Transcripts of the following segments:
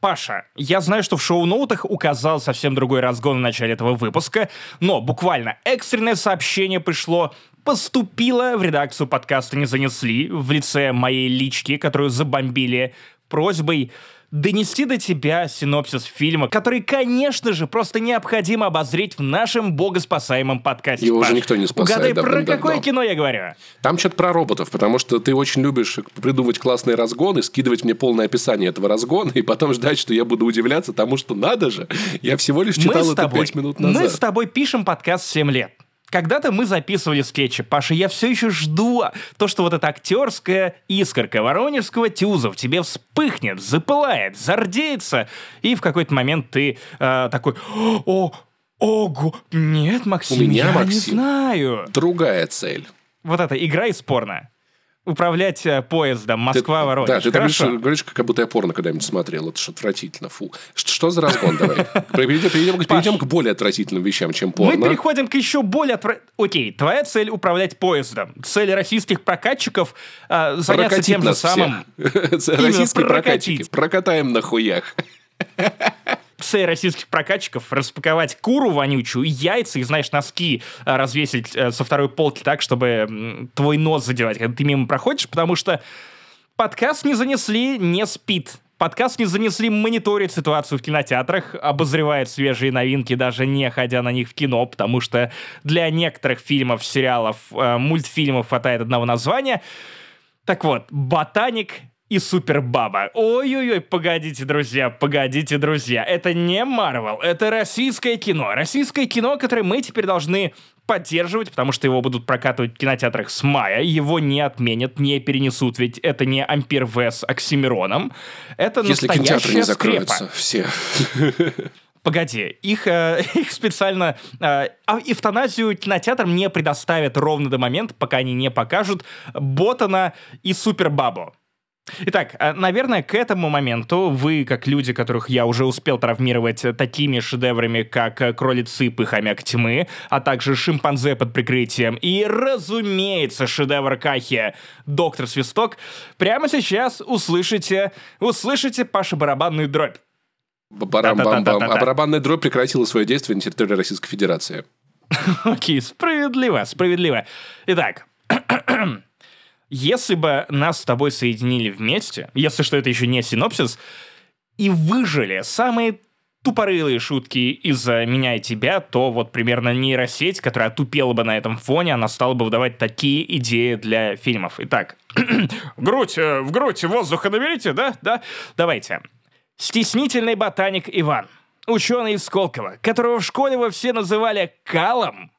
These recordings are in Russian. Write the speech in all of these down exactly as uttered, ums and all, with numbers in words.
Паша, я знаю, что в шоу-ноутах указал совсем другой разгон в начале этого выпуска, но буквально экстренное сообщение пришло, поступило в редакцию подкаста «Не занесли» в лице моей лички, которую забомбили, просьбой донести до тебя синопсис фильма, который, конечно же, просто необходимо обозреть в нашем богоспасаемом подкасте. Его уже никто не спасает. Угадай, про какое кино я говорю? Там что-то про роботов, потому что ты очень любишь придумывать классные разгоны, скидывать мне полное описание этого разгона, и потом ждать, что я буду удивляться тому, что надо же, я всего лишь читал это пять минут назад. Мы с тобой пишем подкаст семь лет. Когда-то мы записывали скетчи, Паша, я все еще жду то, что вот эта актерская искорка воронежского тюза в тебе вспыхнет, запылает, зардеется, и в какой-то момент ты э, такой: о, ого, нет, Максим, У меня, я Максим, не знаю. Другая цель. Вот эта игра из порно. Управлять э, поездом Москва-Воронеж. Да, ты Хорошо. говоришь, говоришь, как будто я порно когда-нибудь смотрел. Это ж отвратительно, фу. Что, что за разгон, давай? Перейдем, перейдем, перейдем к более отвратительным вещам, чем порно. Мы переходим к еще более... Отвра... Окей, твоя цель — управлять поездом. Цель российских прокатчиков э, заняться Прокатить тем же нас самым... всех. Российские прокатчики. Прокатаем на хуях. Цель российских прокатчиков — распаковать куру вонючую, яйца и, знаешь, носки а, развесить а, со второй полки так, чтобы м, твой нос задевать, когда ты мимо проходишь, потому что подкаст «Не занесли» не спит. Подкаст «Не занесли» мониторит ситуацию в кинотеатрах, обозревает свежие новинки, даже не ходя на них в кино, потому что для некоторых фильмов, сериалов, э, мультфильмов хватает одного названия. Так вот, «Ботаник» и Супербаба. Ой-ой-ой, погодите, друзья, погодите, друзья. Это не Марвел, это российское кино. Российское кино, которое мы теперь должны поддерживать, потому что его будут прокатывать в кинотеатрах с мая. Его не отменят, не перенесут, ведь это не Ампер-В с Оксимироном. Это Если настоящая кинотеатры не скрепа. закроются, все. Погоди, их, э, их специально... Э, эвтаназию кинотеатрам не предоставят ровно до момента, пока они не покажут Ботана и Супербабу. Итак, наверное, к этому моменту вы, как люди, которых я уже успел травмировать такими шедеврами, как «Кролицы» и «Хомяк тьмы», а также «Шимпанзе под прикрытием» и, разумеется, шедевр Кахи «Доктор Свисток», прямо сейчас услышите, услышите Паша барабанную дробь. Барам-бам-бам. А барабанная дробь прекратила свое действие на территории Российской Федерации. Окей, справедливо, справедливо. Итак... Если бы нас с тобой соединили вместе, если что это еще не синопсис, и выжили самые тупорылые шутки из-за меня и тебя, то вот примерно нейросеть, которая отупела бы на этом фоне, она стала бы выдавать такие идеи для фильмов. Итак, в грудь, в грудь воздуха наберите, да? Да? Давайте. Стеснительный ботаник Иван, ученый из Сколково, которого в школе вы все называли Калом.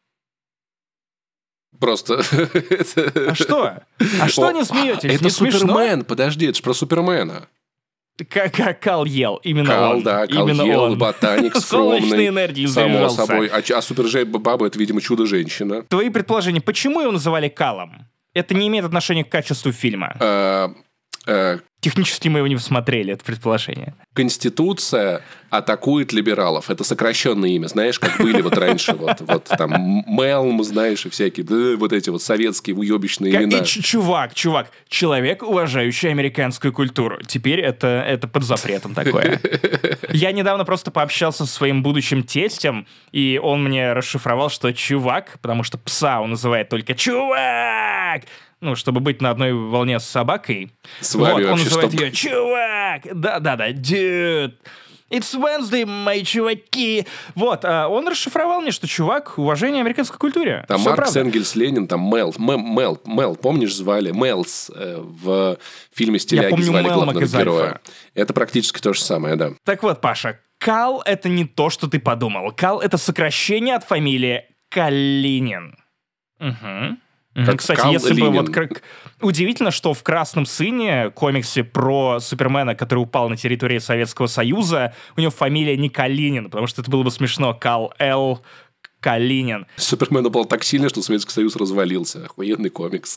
Просто... А что? А что не смеетесь? Это не Супермен, смешно? подожди, это же про Супермена. Как Кал ел, именно Кал, он. да, Кал именно ел, он. ботаник скромный. Солнечной энергии само заряжался. собой. А, а Супер-баба — это, видимо, чудо-женщина. Твои предположения, почему его называли Калом? Это не имеет отношения к качеству фильма. Э, э, Технически мы его не посмотрели, это предположение. Конституция атакует либералов. Это сокращенное имя. Знаешь, как были вот раньше. Вот, вот там Мелм, знаешь, и всякие да, вот эти вот советские уебищные Как, имена. и, ч- чувак, чувак, человек, уважающий американскую культуру. Теперь это, это под запретом такое. Я недавно просто пообщался со своим будущим тестем, и он мне расшифровал, что чувак, потому что пса он называет только чувак, ну, чтобы быть на одной волне с собакой. С вами вот, он вообще, называет чтоб- ее чувак. Да-да-да, dude. It's Wednesday, мои чуваки. Вот, а он расшифровал мне, что чувак, уважение американской культуре. Там Всё Маркс, правда. Энгельс, Ленин, там Мел, Мел, Мел, Мел, помнишь, звали? Мелс э, в фильме «Стиляги» помню звали Мелма главного из «Альфа». героя. Это практически то же самое, да. Так вот, Паша, Кал — это не то, что ты подумал. Кал — это сокращение от фамилии Калинин. Угу. Как Кстати, Кал если бы Ленин. вот как... Удивительно, что в «Красном сыне», комиксе про Супермена, который упал на территории Советского Союза, у него фамилия не Калинин, потому что это было бы смешно. Кал Л. Калинин. Супермен упал так сильно, что Советский Союз развалился. Охуенный комикс.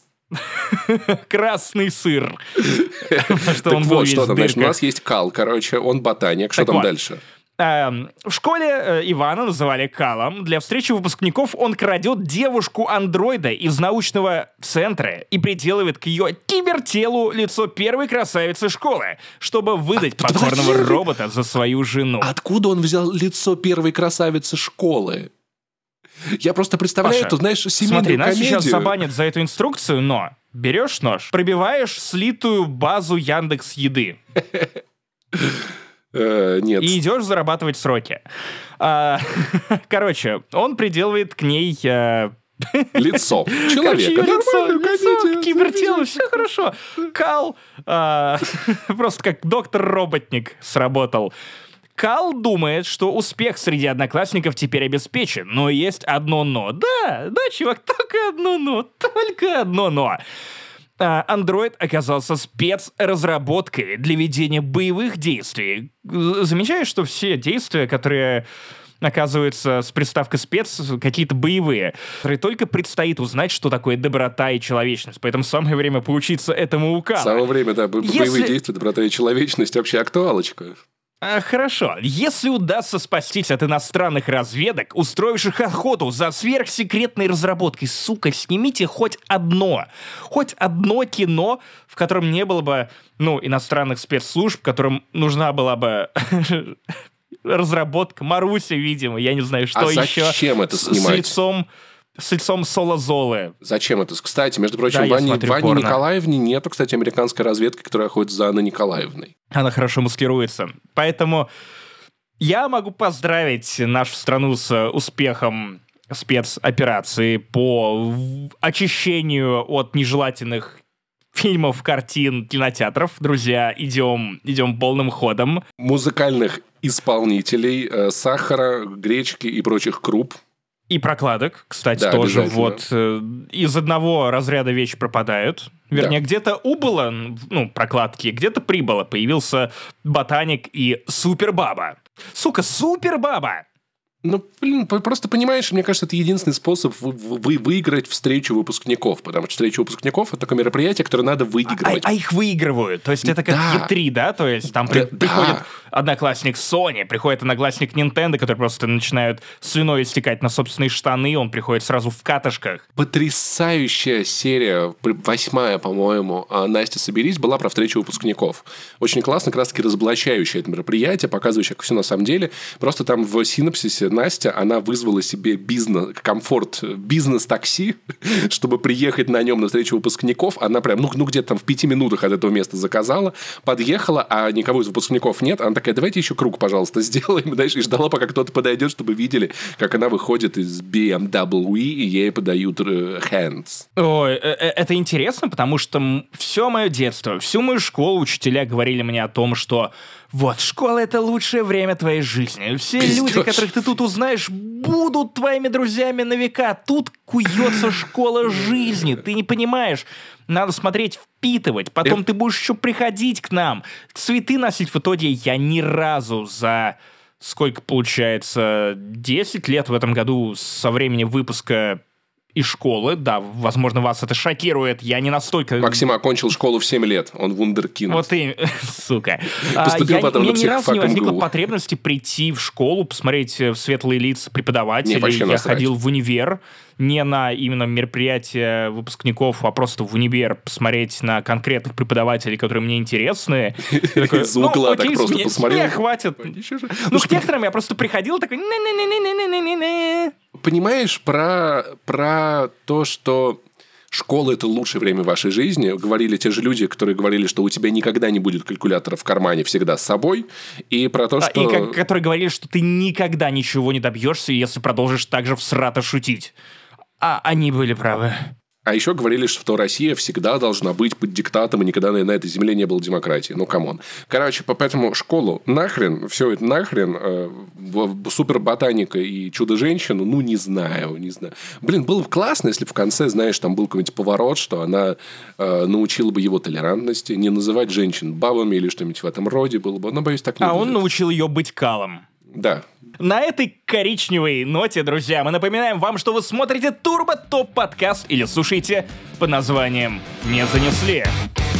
Красный сыр. Что Так он был вот, весь что в там, значит, у дырках. нас есть Кал, короче, он ботаник. Что Так там вот. дальше? Эм, в школе э, Ивана называли Калом. Для встречи выпускников он крадет девушку-андроида из научного центра и приделывает к ее кибертелу лицо первой красавицы школы, чтобы выдать а, покорного подожди. робота за свою жену. Откуда он взял лицо первой красавицы школы? Я просто представляю Паша, эту, знаешь, семейную смотри, комедию. нас сейчас забанят за эту инструкцию, но берешь нож, пробиваешь слитую базу Яндекс.Еды. Uh, нет. И идешь зарабатывать сроки. А, короче, он приделывает к ней... А... Лицо человека. Короче, лицо, лицо, кибертело, все хорошо. Кал а, просто как доктор-роботник сработал. Кал думает, что успех среди одноклассников теперь обеспечен, но есть одно «но». Да, да, чувак, только одно «но», только одно «но». Андроид оказался спецразработкой для ведения боевых действий. Замечаешь, что все действия, которые оказываются с приставкой «спец», какие-то боевые, которые только предстоит узнать, что такое доброта и человечность. Поэтому самое время поучиться этому у Кала. Самое время, да, боевые Если... действия, доброта и человечность, вообще актуалочка. А, хорошо. Если удастся спастись от иностранных разведок, устроивших охоту за сверхсекретной разработкой, сука, снимите хоть одно, хоть одно кино, в котором не было бы, ну, иностранных спецслужб, которым нужна была бы разработка. Маруся, видимо, я не знаю, что а еще. Зачем это снимать? С лицом... С лицом Соло Золы. Зачем это? Кстати, между прочим, да, в Ване, Ване Николаевне нету, кстати, американской разведки, которая ходит за Анной Николаевной. Она хорошо маскируется. Поэтому я могу поздравить нашу страну с успехом спецоперации по очищению от нежелательных фильмов, картин, кинотеатров. Друзья, идем, идем полным ходом. Музыкальных исполнителей, э, сахара, гречки и прочих круп. И прокладок, кстати, да, тоже. Вот э, из одного разряда вещи пропадают. Вернее, да. где-то убыло, ну, прокладки, где-то прибыло. Появился ботаник и супербаба. Сука, супербаба! Ну, блин, просто понимаешь, мне кажется, это единственный способ вы, вы, выиграть встречу выпускников, потому что встреча выпускников — это такое мероприятие, которое надо выигрывать. А, а их выигрывают, то есть это как да. и три, да? То есть там при, да. приходит одноклассник Sony, приходит одноклассник Nintendo, который просто начинают слюной истекать на собственные штаны, он приходит сразу в катышках. Потрясающая серия, восьмая, по-моему, «Настя, соберись», была про встречу выпускников. Очень классно, как раз-таки разоблачающее это мероприятие, показывающее, как все на самом деле. Просто там в синопсисе Настя, она вызвала себе бизнес, комфорт, бизнес-такси, чтобы приехать на нем на встречу выпускников. Она прям, ну, ну где-то там в пяти минутах от этого места заказала, подъехала, а никого из выпускников нет. Она такая, давайте еще круг, пожалуйста, сделаем. Дальше и ждала, пока кто-то подойдет, чтобы видели, как она выходит из би эм дабл ю, и ей подают hands. Ой, это интересно, потому что все мое детство, всю мою школу учителя говорили мне о том, что вот, школа — это лучшее время твоей жизни. Все Пиздёж. люди, которых ты тут узнаешь, будут твоими друзьями на века. Тут куется школа жизни. Ты не понимаешь. Надо смотреть, впитывать. Потом ты будешь еще приходить к нам. Цветы носить. В итоге я ни разу за... Сколько получается? десять лет в этом году со времени выпуска из школы, да, возможно, вас это шокирует, я не настолько... Максим окончил школу в семь лет, он вундеркинд. Вот и, сука. Поступил а, потом я, на У меня ни разу не возникло МГУ. Потребности прийти в школу, посмотреть в светлые лица преподавателей. Не, я насрать. ходил в универ, не на именно мероприятия выпускников, а просто в универ посмотреть на конкретных преподавателей, которые мне интересны. Из угла так просто посмотрел. Мне хватит. Ну, к некоторым я просто приходил такой... Понимаешь, про, про то, что школа — это лучшее время вашей жизни, говорили те же люди, которые говорили, что у тебя никогда не будет калькулятора в кармане всегда с собой, и про то, что... И как, которые говорили, что ты никогда ничего не добьешься, если продолжишь так же всрато шутить. А они были правы. А еще говорили, что Россия всегда должна быть под диктатом, и никогда на этой земле не было демократии. Ну, камон. Короче, поэтому школу нахрен, все это нахрен, э, суперботаника и чудо-женщину, ну, не знаю, не знаю. Блин, было бы классно, если в конце, знаешь, там был какой-нибудь поворот, что она э, научила бы его толерантности, не называть женщин бабами или что-нибудь в этом роде было бы. Но, боюсь, так не А будет. он научил ее быть калом. Да. На этой коричневой ноте, друзья, мы напоминаем вам, что вы смотрите Турбо Топ подкаст или слушаете под названием «Не занесли».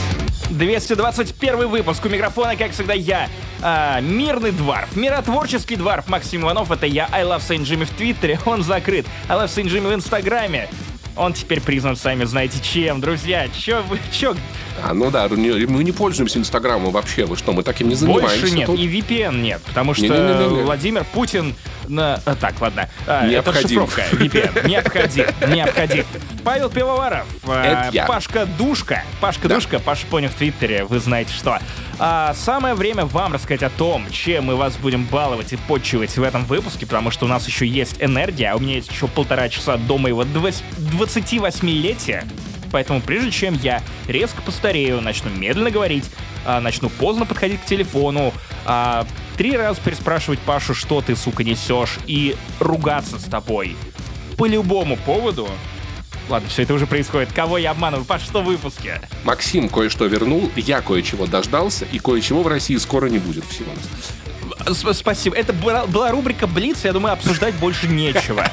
двести двадцать первый выпуск. У микрофона, как всегда, я, а, мирный дворф, миротворческий дворф Максим Иванов. Это я, I Love Saint Jimmy в Твиттере, он закрыт. I Love Saint Jimmy в Инстаграме. Он теперь признан, сами знаете чем. Друзья, чё вы, чё... А, ну да, мы не пользуемся Инстаграмом вообще. Вы что, мы таким не занимаемся? Больше нет, тут? и ви пи эн нет, потому что Не-не-не-не. Владимир Путин... На... А, так, ладно. А, Не это обходим. шифровка ви пи эн. Не обходи, не обходи. Павел Пивоваров, Это а, я. Пашка Душка. Пашка Да. Душка, Паша Поня в Твиттере, вы знаете что. А, самое время вам рассказать о том, чем мы вас будем баловать и подчивать в этом выпуске, потому что у нас еще есть энергия, а у меня есть еще полтора часа до моего двадцативосьмилетия. Поэтому прежде чем я резко постарею, начну медленно говорить, а, начну поздно подходить к телефону, а, три раза переспрашивать Пашу, что ты, сука, несешь, и ругаться с тобой по любому поводу. Ладно, все это уже происходит. Кого я обманываю? Паш, что в выпуске? Максим кое-что вернул, я кое-чего дождался, и кое-чего в России скоро не будет всего. С- Спасибо. Это была, была рубрика «Блиц», я думаю, обсуждать больше нечего.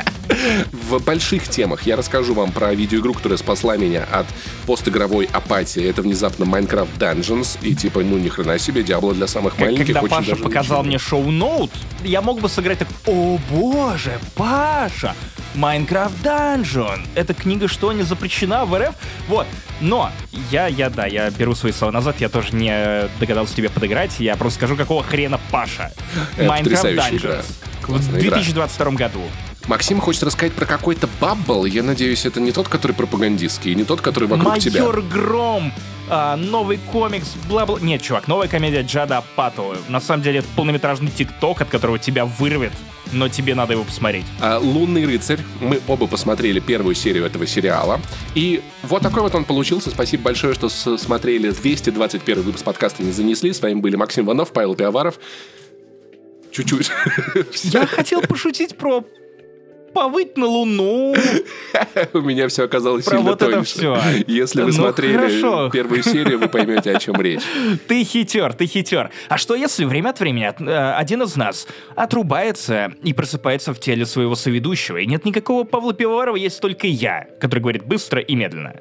В больших темах я расскажу вам про видеоигру, которая спасла меня от постигровой апатии. Это внезапно Minecraft Dungeons. И типа, ну ни хрена себе, Диабло для самых маленьких. Когда очень Паша даже показал ничего. мне шоу-ноут, я мог бы сыграть так: «О боже, Паша, Minecraft Dungeon! Эта книга что, не запрещена в эр эф?» Вот. Но я, я, да, я беру свои слова назад, я тоже не догадался тебе подыграть, я просто скажу, какого хрена Паша. Это Minecraft потрясающая игра. Dungeons. В Классная игра. две тысячи двадцать втором году. Максим хочет рассказать про какой-то баббл. Я надеюсь, это не тот, который пропагандистский, и не тот, который вокруг тебя. Майор Гром, а, новый комикс, бла-бла... Нет, чувак, новая комедия Джада Апатова. На самом деле, это полнометражный тикток, от которого тебя вырвет, но тебе надо его посмотреть. А, «Лунный рыцарь». Мы оба посмотрели первую серию этого сериала. И вот такой вот он получился. Спасибо большое, что с- смотрели двести двадцать первый выпуск подкаста «Не занесли». С вами были Максим Иванов, Павел Пивоваров. Чуть-чуть. Я хотел пошутить про повыть на луну. У меня все оказалось Про сильно вот это тоньше. всё. Если вы Ну, смотрели хорошо. первую серию, вы поймете, о чем речь. Ты хитер, ты хитер. А что если время от времени от- э, один из нас отрубается и просыпается в теле своего соведущего, и нет никакого Павла Пивоварова, есть только я, который говорит быстро и медленно?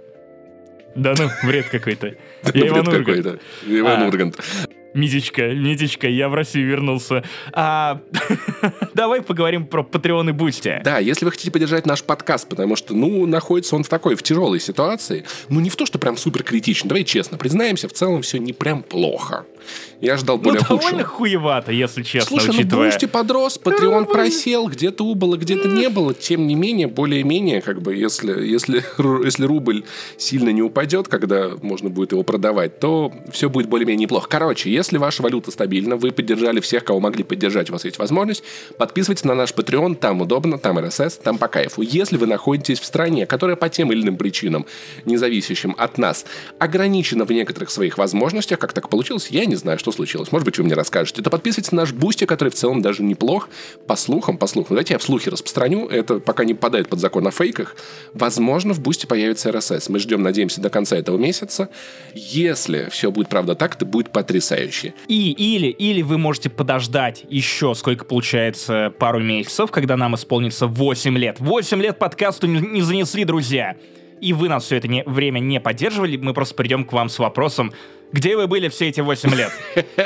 Да ну, бред какой-то. Я Иван Бред Ургант. какой-то. Иван А. Ургант. Митечка, Митечка, я в Россию вернулся. А, давай поговорим про Patreon и Boosty. Да, если вы хотите поддержать наш подкаст, потому что, ну, находится он в такой, в тяжелой ситуации, ну, не в то, что прям супер критично, давай честно, признаемся, в целом все не прям плохо. Я ждал Ну, более довольно худшего. хуевато, если честно, Слушай, ну учитывая... Бусти подрос, Patreon просел, где-то убыло, где-то не было. Тем не менее, более-менее, как бы, если, если, ру- если рубль сильно не упадет, когда можно будет его продавать, то все будет более-менее неплохо. Короче, если ваша валюта стабильна, вы поддержали всех, кого могли поддержать, у вас есть возможность, подписывайтесь на наш Patreon, там удобно, там эр эс эс, там по кайфу. Если вы находитесь в стране, которая по тем или иным причинам, не зависящим от нас, ограничена в некоторых своих возможностях, как так получилось, я не знаю, что случилось. Может быть, вы мне расскажете. То подписывайтесь на наш Бусти, который в целом даже неплох. По слухам, по слухам. Давайте я в слухи распространю. Это пока не попадает под закон о фейках. Возможно, в Бусти появится эр эс эс. Мы ждем, надеемся, до конца этого месяца. Если все будет правда так, это будет потрясающе. И, или, или вы можете подождать еще, сколько получается, пару месяцев, когда нам исполнится восемь лет. восемь лет подкасту не, не занесли, друзья. И вы нас все это не, время не поддерживали, мы просто придем к вам с вопросом, где вы были все эти восемь лет?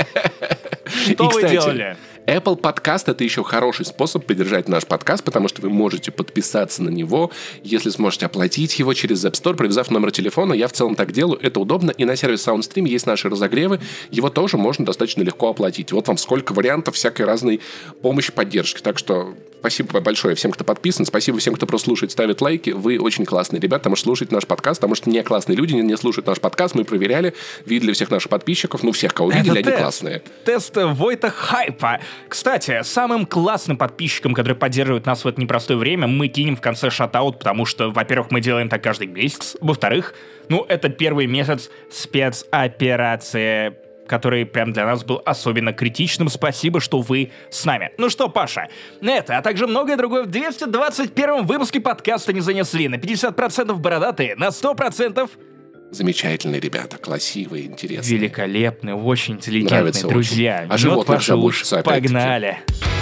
Что И, вы кстати, делали? Apple Podcast — это еще хороший способ поддержать наш подкаст, потому что вы можете подписаться на него, если сможете оплатить его через App Store, привязав номер телефона. Я в целом так делаю, это удобно. И на сервисе SoundStream есть наши разогревы, его тоже можно достаточно легко оплатить. Вот вам сколько вариантов всякой разной помощи, поддержки. Так что спасибо большое всем, кто подписан, спасибо всем, кто просто слушает, ставит лайки. Вы очень классные ребята, потому что слушаете наш подкаст, потому что не классные люди не, не слушают наш подкаст. Мы проверяли, видели всех наших подписчиков, ну всех, кого видели, Это они тест. классные. Тест Войта Хайпа. Кстати, самым классным подписчикам, которые поддерживают нас в это непростое время, мы кинем в конце шатаут, потому что, во-первых, мы делаем так каждый месяц, во-вторых, ну, это первый месяц спецоперации, который прям для нас был особенно критичным. Спасибо, что вы с нами. Ну что, Паша, это, а также многое другое в двести двадцать первом выпуске подкаста «Не занесли». На пятьдесят процентов бородатые, на сто процентов... Замечательные ребята, красивые, интересные. Великолепные, очень интеллигентные Нравится друзья. очень. А Мед животных ваши уж. заботятся, опять-таки. Погнали.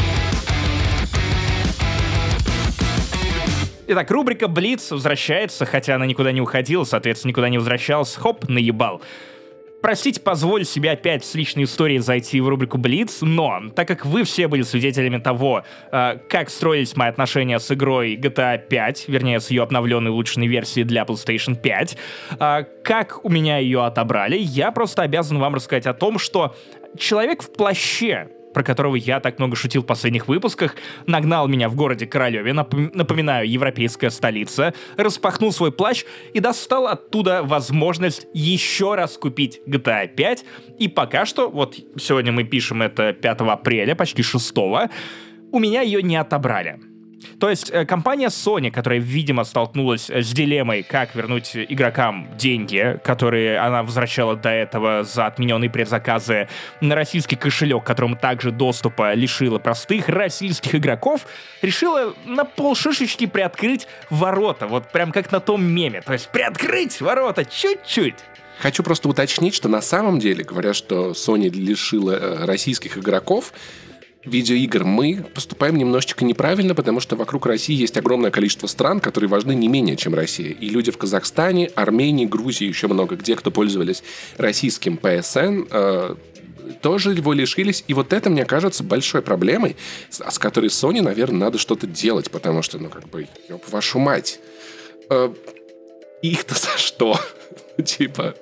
Итак, рубрика «Блиц» возвращается, хотя она никуда не уходила, соответственно, никуда не возвращалась. Хоп, наебал. Простите, позволю себе опять с личной историей зайти в рубрику «Блиц», но так как вы все были свидетелями того, э, как строились мои отношения с игрой джи ти эй пять, вернее, с ее обновленной улучшенной версией для PlayStation пять, э, как у меня ее отобрали, я просто обязан вам рассказать о том, что человек в плаще, про которого я так много шутил в последних выпусках, нагнал меня в городе Королеве, напом- напоминаю, европейская столица, распахнул свой плащ и достал оттуда возможность еще раз купить джи ти эй пять, и пока что, вот сегодня мы пишем это пятого апреля, почти шестого, у меня ее не отобрали. То есть э, компания Sony, которая, видимо, столкнулась с дилеммой, как вернуть игрокам деньги, которые она возвращала до этого за отмененные предзаказы на российский кошелек, которому также доступа лишила простых российских игроков, решила на полшишечки приоткрыть ворота, вот прям как на том меме. То есть приоткрыть ворота чуть-чуть. Хочу просто уточнить, что на самом деле, говорят, что Sony лишила российских игроков видеоигр, мы поступаем немножечко неправильно, потому что вокруг России есть огромное количество стран, которые важны не менее, чем Россия. И люди в Казахстане, Армении, Грузии, еще много где, кто пользовались российским пи эс эн, э, тоже его лишились. И вот это, мне кажется, большой проблемой, с, с которой Sony, наверное, надо что-то делать, потому что, ну, как бы, ёб вашу мать. Э, их-то за что? Типа,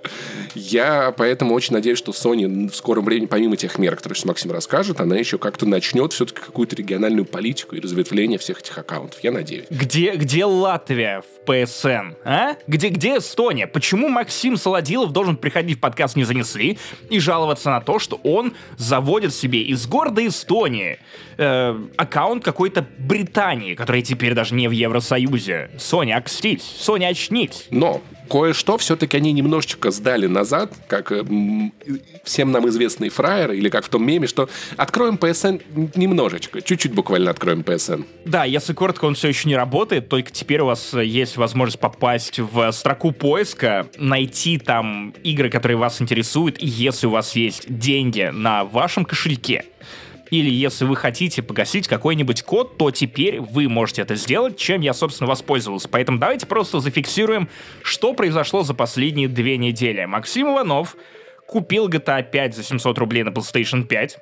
я поэтому очень надеюсь, что Sony в скором времени, помимо тех мер, которые сейчас Максим расскажет, она еще как-то начнет все-таки какую-то региональную политику и разветвление всех этих аккаунтов. Я надеюсь. Где, где Латвия в пи эс эн, а? Где, где Эстония? Почему Максим Солодилов должен приходить в подкаст «Не занесли» и жаловаться на то, что он заводит себе из города Эстонии э, аккаунт какой-то Британии, которая теперь даже не в Евросоюзе? Соня, окстись, Соня, очнись. Но кое-что все-таки они немножечко сдали назад, как м- всем нам известные фраеры, или как в том меме, что откроем пи эс эн немножечко, чуть-чуть буквально откроем пи эс эн. Да, если коротко, он все еще не работает, только теперь у вас есть возможность попасть в строку поиска, найти там игры, которые вас интересуют, и если у вас есть деньги на вашем кошельке, или если вы хотите погасить какой-нибудь код, то теперь вы можете это сделать, чем я, собственно, воспользовался. Поэтому давайте просто зафиксируем, что произошло за последние две недели. Максим Иванов купил джи ти эй пять за семьсот рублей на PlayStation пять.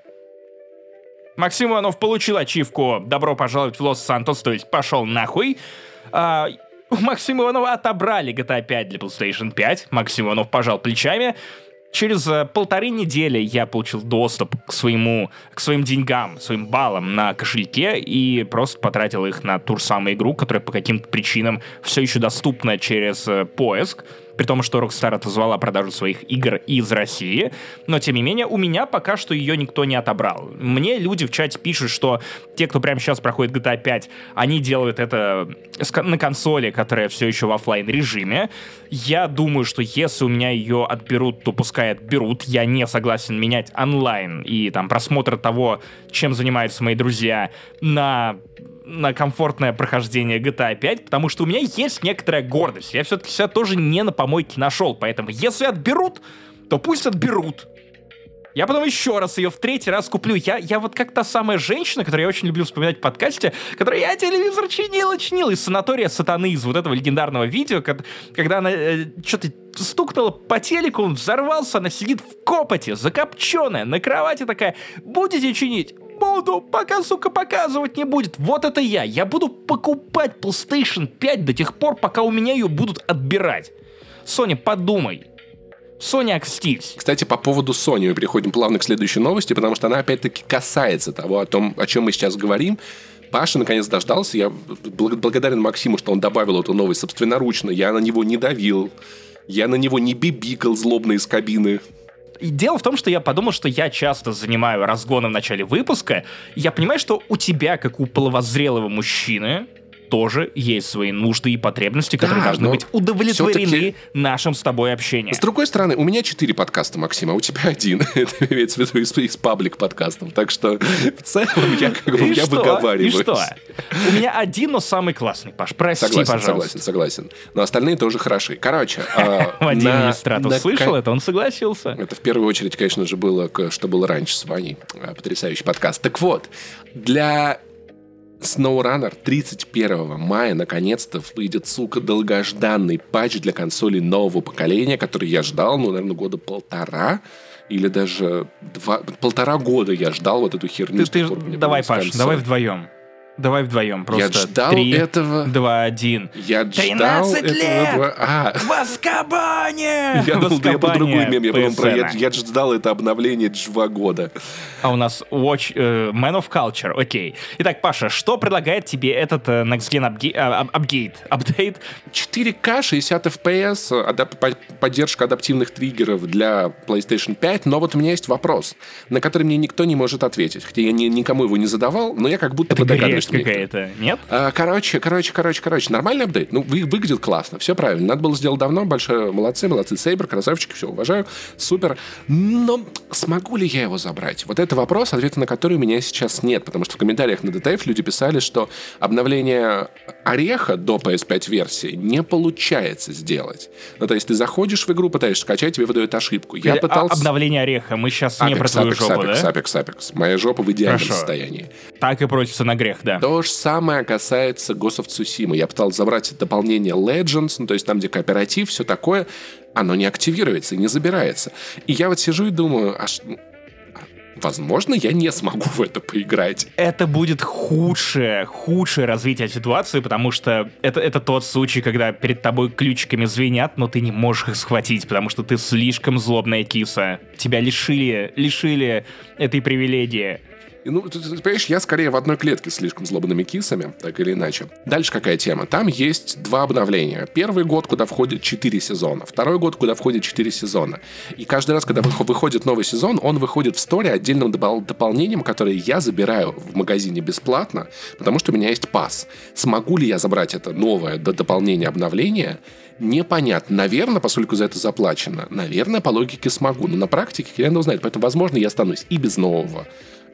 Максим Иванов получил ачивку «Добро пожаловать в Лос-Сантос», то есть пошел нахуй. А, у Максима Иванова отобрали джи ти эй пять для PlayStation пять. Максим Иванов пожал плечами. Через uh, полторы недели я получил доступ к своему, к своим деньгам, своим баллам на кошельке и просто потратил их на ту же самую игру, которая по каким-то причинам все еще доступна через uh, поиск, при том, что Rockstar отозвала продажу своих игр из России, но тем не менее у меня пока что ее никто не отобрал. Мне люди в чате пишут, что те, кто прямо сейчас проходит джи ти эй пять, они делают это на консоли, которая все еще в офлайн режиме. Я думаю, что если у меня ее отберут, то пускай отберут. Я не согласен менять онлайн и там просмотр того, чем занимаются мои друзья, на... на комфортное прохождение джи ти эй пять, потому что у меня есть некоторая гордость. Я все-таки себя тоже не на помойке нашел, поэтому если отберут, то пусть отберут. Я потом еще раз ее в третий раз куплю. Я, я вот как та самая женщина, которую я очень люблю вспоминать в подкасте, которая я телевизор чинила, чинила из санатория сатаны, из вот этого легендарного видео, когда, когда она э, что-то стукнула по телеку, он взорвался, она сидит в копоте, закопченная, на кровати такая: будете чинить? Буду, пока, сука, показывать не будет. Вот это я. Я буду покупать PlayStation пять до тех пор, пока у меня ее будут отбирать. Соня, подумай. Соня, окстись. Кстати, по поводу Sony мы переходим плавно к следующей новости, потому что она опять-таки касается того, о том, о чем мы сейчас говорим. Паша наконец дождался. Я благодарен Максиму, что он добавил эту новость собственноручно. Я на него не давил. Я на него не бибикал злобно из кабины. И дело в том, что я подумал, что я часто занимаю разгоны в начале выпуска. И я понимаю, что у тебя, как у половозрелого мужчины, тоже есть свои нужды и потребности, которые да, должны быть удовлетворены нашим с тобой общением. С другой стороны, у меня четыре подкаста, Максим, а у тебя один. Это имеется в виду из, из паблик подкастов. Так что в целом я как бы я выговариваюсь. И что? У меня один, но самый классный, Паш. Прости, согласен, пожалуйста. Согласен, согласен. Но остальные тоже хороши. Короче. Вадим Иллюстратов слышал это, он согласился. Это в первую очередь, конечно же, было, что было раньше с Ваней. Потрясающий подкаст. Так вот, для SnowRunner тридцать первого мая наконец-то выйдет, сука, долгожданный патч для консолей нового поколения, который я ждал, ну, наверное, года полтора. Или даже два, полтора года я ждал вот эту херню. Ты, ты, давай, Паш, концов. давай вдвоем. Давай вдвоем. Просто я ждал три, этого. два, один. Я ждал лет! этого. А. В Азкабане! Я думал, я по другой мем. Я, про, я, я ждал это обновление два года. А у нас Watch, uh, Man of Culture. Окей. Итак, Паша, что предлагает тебе этот uh, Next Gen Update? Апдейт? четыре ка, шестьдесят эф пи эс, адап- поддержка адаптивных триггеров для PlayStation пять. Но вот у меня есть вопрос, на который мне никто не может ответить. Хотя я ни, никому его не задавал, но я как будто бы догадываюсь. Какая-то, нет? А, короче, короче, короче, короче, нормальный апдейт. Ну, вы, выглядит классно, все правильно. Надо было сделать давно, большое, молодцы, молодцы, Сейбер, красавчики, все, уважаю, супер. Но смогу ли я его забрать? Вот это вопрос, ответа на который у меня сейчас нет, потому что в комментариях на ди ти эф люди писали, что обновление Ореха до пи эс пять версии не получается сделать. Ну, то есть ты заходишь в игру, пытаешься скачать, тебе выдает ошибку. Я Или пытался... Обновление Ореха, мы сейчас не Apex, про твою Apex, жопу, Apex, да? Apex, Apex, Apex. Моя жопа в идеальном Хорошо. состоянии. Так и просится на грех, да. То же самое касается Ghost of Tsushima. Я пытался забрать дополнение Legends, ну, то есть там, где кооператив, все такое, оно не активируется и не забирается. И я вот сижу и думаю, а ш... возможно, я не смогу в это поиграть. Это будет худшее, худшее развитие ситуации, потому что это, это тот случай, когда перед тобой ключиками звенят, но ты не можешь их схватить, потому что ты слишком злобная киса. Тебя лишили, лишили этой привилегии. Ну, ты, ты понимаешь, я скорее в одной клетке с слишком злобными кисами, так или иначе. Дальше какая тема? Там есть два обновления. Первый год, куда входит четыре сезона. Второй год, куда входит четыре сезона. И каждый раз, когда выходит новый сезон, он выходит в сторе отдельным допол- дополнением, которое я забираю в магазине бесплатно, потому что у меня есть пас. Смогу ли я забрать это новое дополнение обновления? Непонятно. Наверное, поскольку за это заплачено, наверное, по логике смогу. Но на практике я не узнаю. Поэтому, возможно, я останусь и без нового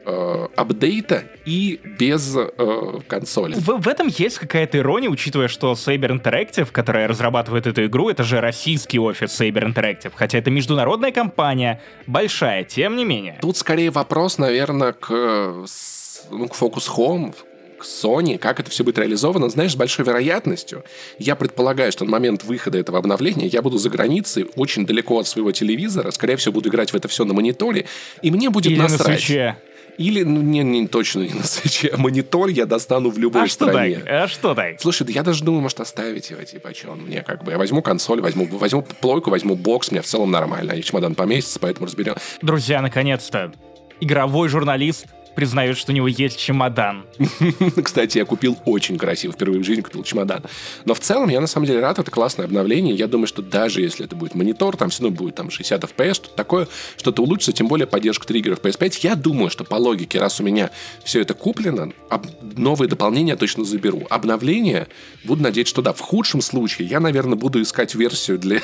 апдейта и без э, консоли. В, в этом есть какая-то ирония, учитывая, что Saber Interactive, которая разрабатывает эту игру, это же российский офис Saber Interactive, хотя это международная компания, большая, тем не менее. Тут скорее вопрос, наверное, к, ну, к Focus Home, к Sony, как это все будет реализовано, знаешь, с большой вероятностью. Я предполагаю, что на момент выхода этого обновления я буду за границей, очень далеко от своего телевизора, скорее всего, буду играть в это все на мониторе, и мне будет Или насрать. на свитче. Или, ну, не, не точно не на свече, а монитор я достану в любой а стране. Что так? А что так? Слушай, да я даже думаю, может, оставить его, типа, что он мне как бы... Я возьму консоль, возьму, возьму плойку, возьму бокс, мне в целом нормально. И чемодан поместится, поэтому разберем. Друзья, наконец-то, игровой журналист признает, что у него есть чемодан. Кстати, я купил очень красиво, впервые в жизни купил чемодан. Но в целом я на самом деле рад, это классное обновление. Я думаю, что даже если это будет монитор, там все равно будет там шестьдесят эф пи эс, что-то такое, что-то улучшится, тем более поддержка триггеров пи эс пять. Я думаю, что по логике, раз у меня все это куплено, об... новые дополнения я точно заберу. Обновления, буду надеяться, что да, в худшем случае я, наверное, буду искать версию для,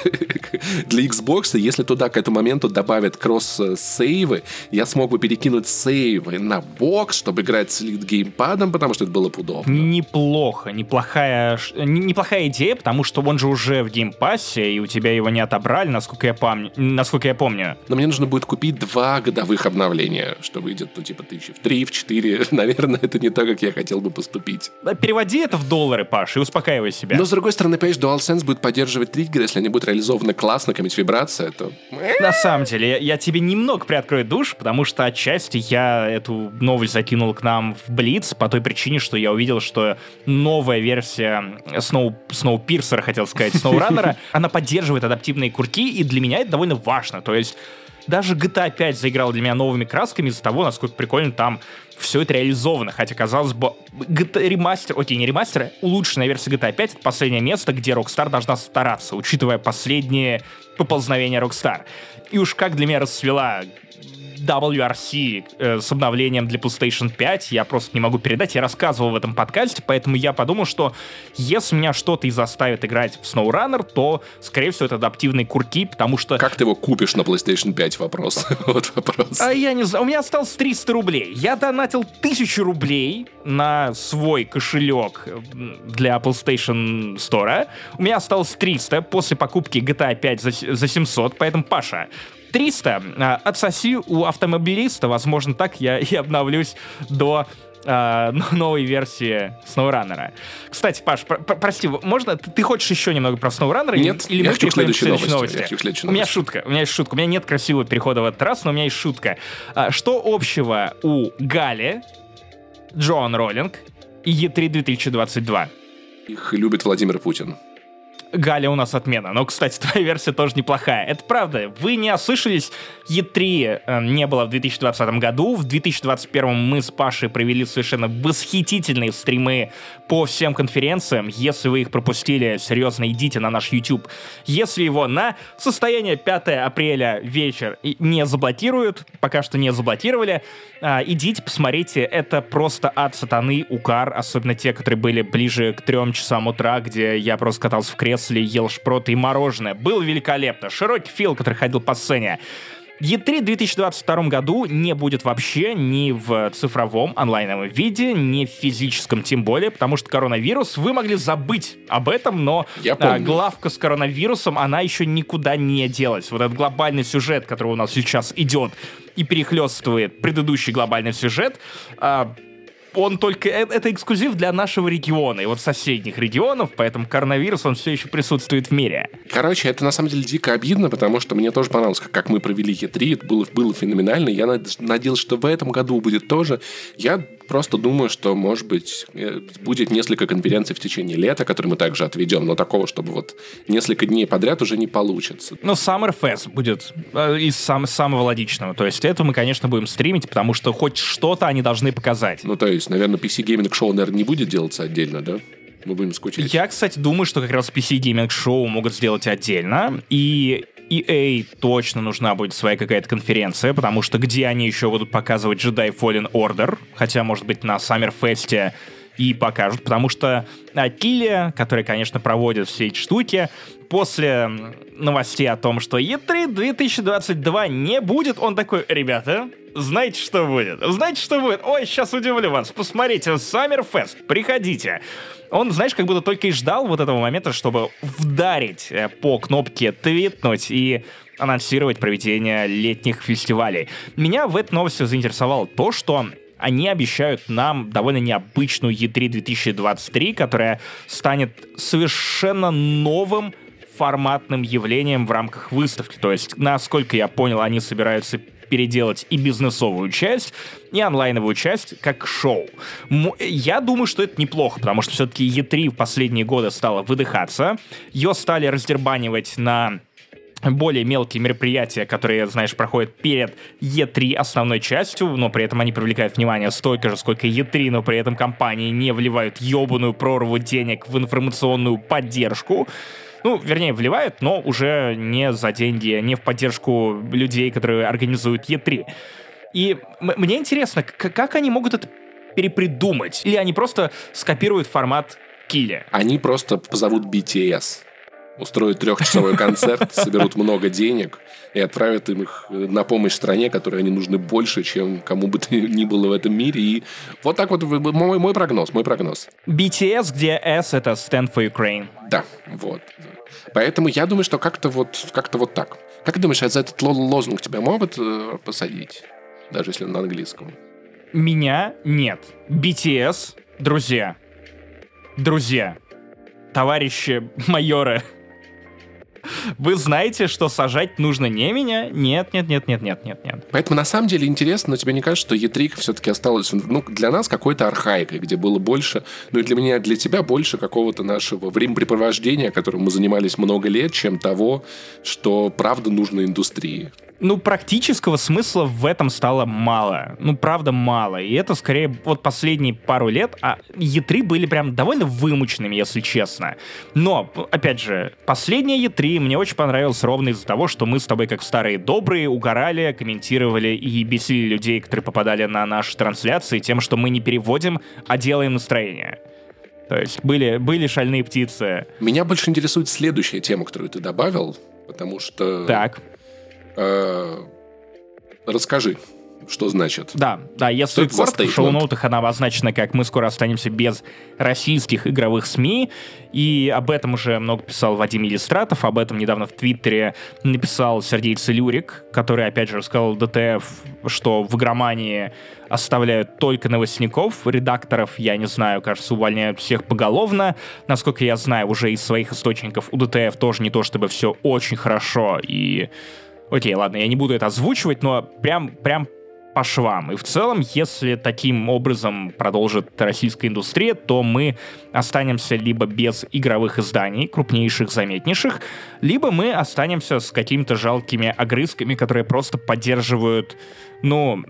для Xbox, если туда к этому моменту добавят кросс-сейвы, я смог бы перекинуть сейвы на бокс, чтобы играть с лид-геймпадом, потому что это было бы удобно. Неплохо, неплохая, неплохая идея, потому что он же уже в геймпассе, и у тебя его не отобрали, насколько я помню. Насколько я помню. Но мне нужно будет купить два годовых обновления, что выйдет, ну, типа, тысячи в три, в четыре. Наверное, это не то, как я хотел бы поступить. Переводи это в доллары, Паш, и успокаивай себя. Но, с другой стороны, понимаешь, DualSense будет поддерживать триггеры, если они будут реализованы классно, какая-нибудь вибрация, то... На самом деле, я, я тебе немного приоткрою душ, потому что отчасти я эту новость закинул к нам в Блиц по той причине, что я увидел, что новая версия Snow, Snowpiercer, хотел сказать, SnowRunner, она поддерживает адаптивные курки, и для меня это довольно важно. То есть даже джи ти эй пять заиграл для меня новыми красками из-за того, насколько прикольно там все это реализовано. Хотя, казалось бы, джи ти эй ремастер, окей, не ремастер, а улучшенная версия джи ти эй пять — это последнее место, где Rockstar должна стараться, учитывая последние поползновения Rockstar. И уж как для меня расцвела дабл ю ар си э, с обновлением для PlayStation пять, я просто не могу передать, я рассказывал в этом подкасте, поэтому я подумал, что если меня что-то и заставит играть в SnowRunner, то, скорее всего, это адаптивные курки, потому что... Как ты его купишь на PlayStation пять? Вопрос. Вот вопрос. А я не знаю, у меня осталось триста рублей. Я донатил тысячу рублей на свой кошелек для PlayStation Store. У меня осталось триста после покупки джи ти эй пять за, за семьсот, поэтому, Паша, триста отсоси у автомобилиста, возможно, так я и обновлюсь до э, новой версии SnowRunner. Кстати, Паш, про- про- прости, можно, ты, ты хочешь еще немного про SnowRunner? Нет, или я мы хочу к следующей новости. новости? Я хочу к следующей У меня новости. шутка, у меня есть шутка. У меня нет красивого перехода в этот раз, но у меня есть шутка. А, что общего у Гали, Джоан Роллинг и и три две тысячи двадцать два? Их любит Владимир Путин. Галя у нас отмена. Но, кстати, твоя версия тоже неплохая. Это правда. Вы не ослышались. и три э, не было в две тысячи двадцатом году. В две тысячи двадцать первом мы с Пашей провели совершенно восхитительные стримы по всем конференциям. Если вы их пропустили, серьезно, идите на наш YouTube. Если его на состояние пятого апреля вечер не заблокируют, пока что не заблокировали, э, идите, посмотрите. Это просто ад сатаны, укар. Особенно те, которые были ближе к трем часам утра, где я просто катался в кресле, ел шпроты и мороженое. Было великолепно. Широкий Фил, который ходил по сцене. и три в две тысячи двадцать втором году не будет вообще ни в цифровом онлайновом виде, ни в физическом тем более, потому что коронавирус, вы могли забыть об этом, но а, главка с коронавирусом, она еще никуда не делась. Вот этот глобальный сюжет, который у нас сейчас идет и перехлестывает предыдущий глобальный сюжет, а, он только... Это эксклюзив для нашего региона и вот соседних регионов, поэтому коронавирус, он все еще присутствует в мире. Короче, это на самом деле дико обидно, потому что мне тоже понравилось, как, как мы провели и три, это было, было феноменально. Я надеялся, что в этом году будет тоже. Я просто думаю, что, может быть, будет несколько конференций в течение лета, которые мы также отведем, но такого, чтобы вот несколько дней подряд уже не получится. Ну, Summer Fest будет из сам, самого логичного. То есть это мы, конечно, будем стримить, потому что хоть что-то они должны показать. Ну, то есть, наверное, пи си-гейминг-шоу, наверное, не будет делаться отдельно, да? Мы будем скучать. Я, кстати, думаю, что как раз пи си-гейминг-шоу могут сделать отдельно, и и эй точно нужна будет своя какая-то конференция, потому что где они еще будут показывать Jedi Fallen Order, хотя, может быть, на Саммерфесте и покажут, потому что Килли, который, конечно, проводит все эти штуки, после новостей о том, что и три две тысячи двадцать два не будет, он такой: ребята, знаете, что будет? Знаете, что будет? Ой, сейчас удивлю вас. Посмотрите, Summerfest, приходите. Он, знаешь, как будто только и ждал вот этого момента, чтобы вдарить по кнопке твитнуть и анонсировать проведение летних фестивалей. Меня в этой новости заинтересовало то, что они обещают нам довольно необычную и три две тысячи двадцать три, которая станет совершенно новым форматным явлением в рамках выставки. То есть, насколько я понял, они собираются переделать и бизнесовую часть, и онлайновую часть как шоу. Я думаю, что это неплохо, потому что все-таки и три в последние годы стала выдыхаться. Ее стали раздербанивать на более мелкие мероприятия, которые, знаешь, проходят перед и три основной частью, но при этом они привлекают внимание столько же, сколько и три, но при этом компании не вливают ебаную прорву денег в информационную поддержку. Ну, вернее, вливают, но уже не за деньги, не в поддержку людей, которые организуют и три. И м- мне интересно, к- как они могут это перепридумать? Или они просто скопируют формат Килли? Они просто позовут би ти эс. Устроят трехчасовой концерт, соберут много денег и отправят им их на помощь стране, которой они нужны больше, чем кому бы то ни было в этом мире. И вот так вот мой, мой прогноз, мой прогноз. би ти эс, где S — это Stand for Ukraine. Да, вот. Поэтому я думаю, что как-то вот, как-то вот так. Как ты думаешь, за этот лозунг тебя могут э, посадить? Даже если на английском. Меня нет. би ти эс, друзья. Друзья. Товарищи майоры. Вы знаете, что сажать нужно не меня? Нет, нет, нет, нет, нет, нет, нет. Поэтому на самом деле интересно, но тебе не кажется, что и три все-таки осталось, ну, для нас какой-то архаикой, где было больше, ну и для меня, для тебя больше какого-то нашего времяпрепровождения, которым мы занимались много лет, чем того, что правда нужно индустрии. Ну, практического смысла в этом стало мало. Ну, правда, мало. И это, скорее, вот последние пару лет, а и три были прям довольно вымученными, если честно. Но, опять же, последняя и три мне очень понравилась ровно из-за того, что мы с тобой, как старые добрые, угорали, комментировали и бесили людей, которые попадали на наши трансляции, тем, что мы не переводим, а делаем настроение. То есть были, были шальные птицы. Меня больше интересует следующая тема, которую ты добавил, потому что... Так. Расскажи, что значит? Да, да, если Что коротко, в шоу-ноутах она обозначена как «Мы скоро останемся без российских игровых СМИ», и об этом уже много писал Вадим Елистратов, об этом недавно в Твиттере написал Сергей Целюрик, который, опять же, рассказал ДТФ, что в игромании оставляют только новостников, редакторов, я не знаю, кажется, увольняют всех поголовно. Насколько я знаю уже из своих источников, у ДТФ тоже не то чтобы все очень хорошо, и... Окей, ладно, я не буду это озвучивать, но прям, прям по швам. И в целом, если таким образом продолжит российская индустрия, то мы останемся либо без игровых изданий, крупнейших, заметнейших, либо мы останемся с какими-то жалкими огрызками, которые просто поддерживают, ну,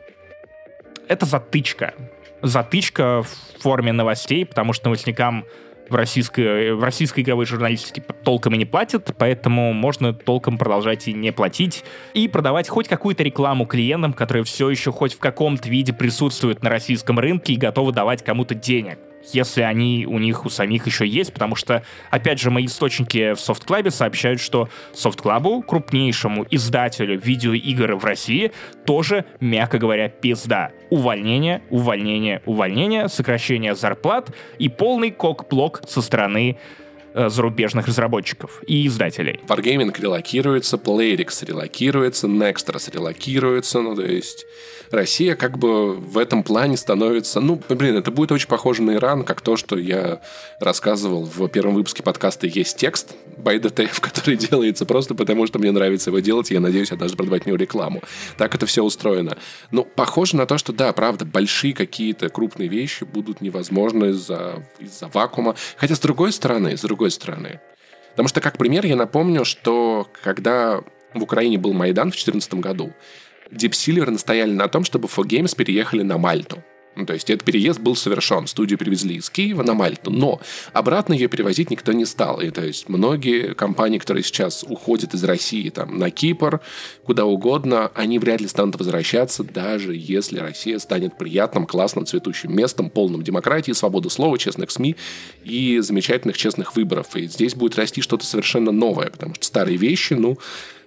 это затычка. Затычка в форме новостей, потому что новостникам в российской, в российской игровой журналистике толком и не платят, поэтому можно толком продолжать и не платить, и продавать хоть какую-то рекламу клиентам, которые все еще хоть в каком-то виде присутствуют на российском рынке и готовы давать кому-то денег, если они у них у самих еще есть, потому что, опять же, мои источники в Soft Club сообщают, что Soft Club, крупнейшему издателю видеоигр в России, тоже, мягко говоря, пизда. Увольнение, увольнение, увольнение, сокращение зарплат и полный кок-блок со стороны э, зарубежных разработчиков и издателей. Wargaming релокируется, Playrix релокируется, Nextras релокируется, ну, то есть... Россия как бы в этом плане становится... Ну, блин, это будет очень похоже на Иран, как то, что я рассказывал в первом выпуске подкаста «Есть текст» by ди ти эф, который делается просто потому, что мне нравится его делать, и я надеюсь, я даже продавать в него рекламу. Так это все устроено. Ну, похоже на то, что да, правда, большие какие-то крупные вещи будут невозможны из-за, из-за вакуума. Хотя, с другой стороны, с другой стороны... Потому что, как пример, я напомню, что когда в Украине был Майдан в две тысячи четырнадцатом году, Deep Silver настояли на том, чтобы фор геймс переехали на Мальту. Ну, то есть этот переезд был совершен. Студию перевезли из Киева на Мальту. Но обратно ее перевозить никто не стал. И то есть многие компании, которые сейчас уходят из России там, на Кипр, куда угодно, они вряд ли станут возвращаться, даже если Россия станет приятным, классным, цветущим местом, полным демократии, свободы слова, честных СМИ и замечательных честных выборов. И здесь будет расти что-то совершенно новое, потому что старые вещи, ну...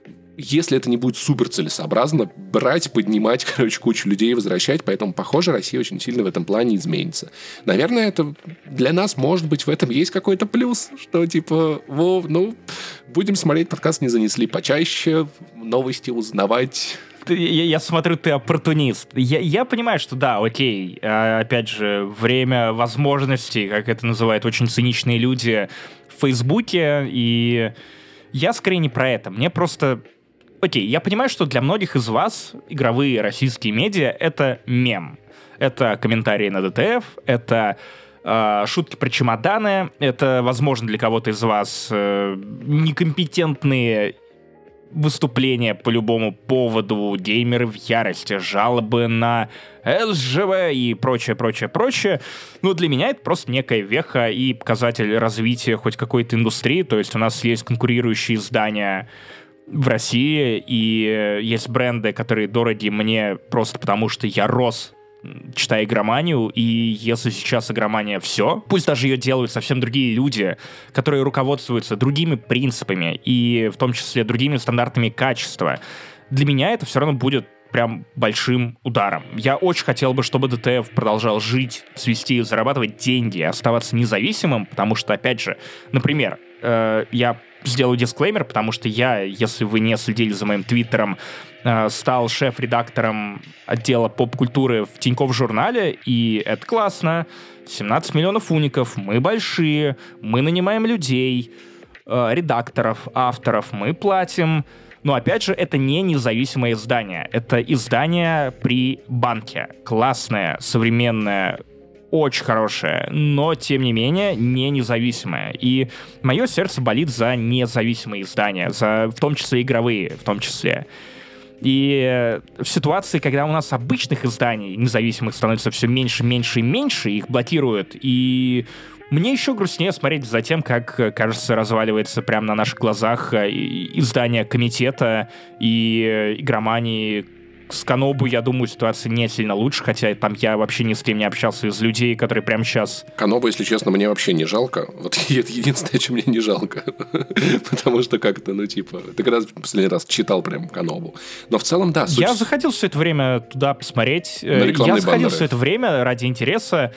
Если это не будет супер целесообразно, брать, поднимать, короче, кучу людей и возвращать, поэтому, похоже, Россия очень сильно в этом плане изменится. Наверное, это для нас, может быть, в этом есть какой-то плюс, что, типа, во, ну, будем смотреть подкаст «Не занесли» почаще, новости узнавать... Я, я смотрю, ты оппортунист. Я, я понимаю, что да, окей, опять же, время возможностей, как это называют очень циничные люди в Фейсбуке, и я скорее не про это. Мне просто... Окей, я понимаю, что для многих из вас игровые российские медиа — это мем. Это комментарии на ди ти эф, это э, шутки про чемоданы, это, возможно, для кого-то из вас э, некомпетентные выступления по любому поводу, геймеры в ярости, жалобы на эс джи ви и прочее, прочее, прочее. Но для меня это просто некая веха и показатель развития хоть какой-то индустрии. То есть у нас есть конкурирующие издания в России, и есть бренды, которые дороги мне просто потому, что я рос, читая игроманию, и если сейчас игромания все, пусть даже ее делают совсем другие люди, которые руководствуются другими принципами, и в том числе другими стандартами качества, для меня это все равно будет прям большим ударом. Я очень хотел бы, чтобы ди ти эф продолжал жить, свести, зарабатывать деньги, оставаться независимым, потому что, опять же, например, э, я сделаю дисклеймер, потому что я, если вы не следили за моим твиттером, э, стал шеф-редактором отдела поп-культуры в Тинькофф журнале, и это классно. семнадцать миллионов уников, мы большие, мы нанимаем людей, э, редакторов, авторов, мы платим. Но, опять же, это не независимое издание. Это издание при банке. Классное, современное, очень хорошее, но, тем не менее, не независимое. И мое сердце болит за независимые издания, за, в том числе игровые, в том числе. И в ситуации, когда у нас обычных изданий независимых становится все меньше, меньше и меньше, их блокируют, и мне еще грустнее смотреть за тем, как, кажется, разваливается прямо на наших глазах издание комитета и игромании с Канобу, я думаю, ситуация не сильно лучше, хотя там я вообще ни с кем не общался из людей, которые прямо сейчас... Канобу, если честно, мне вообще не жалко. Вот это единственное, что мне не жалко. Потому что как-то, ну, типа... Ты когда последний раз читал прям Канобу? Но в целом, да. Я заходил все это время туда посмотреть. Я заходил все это время ради интереса,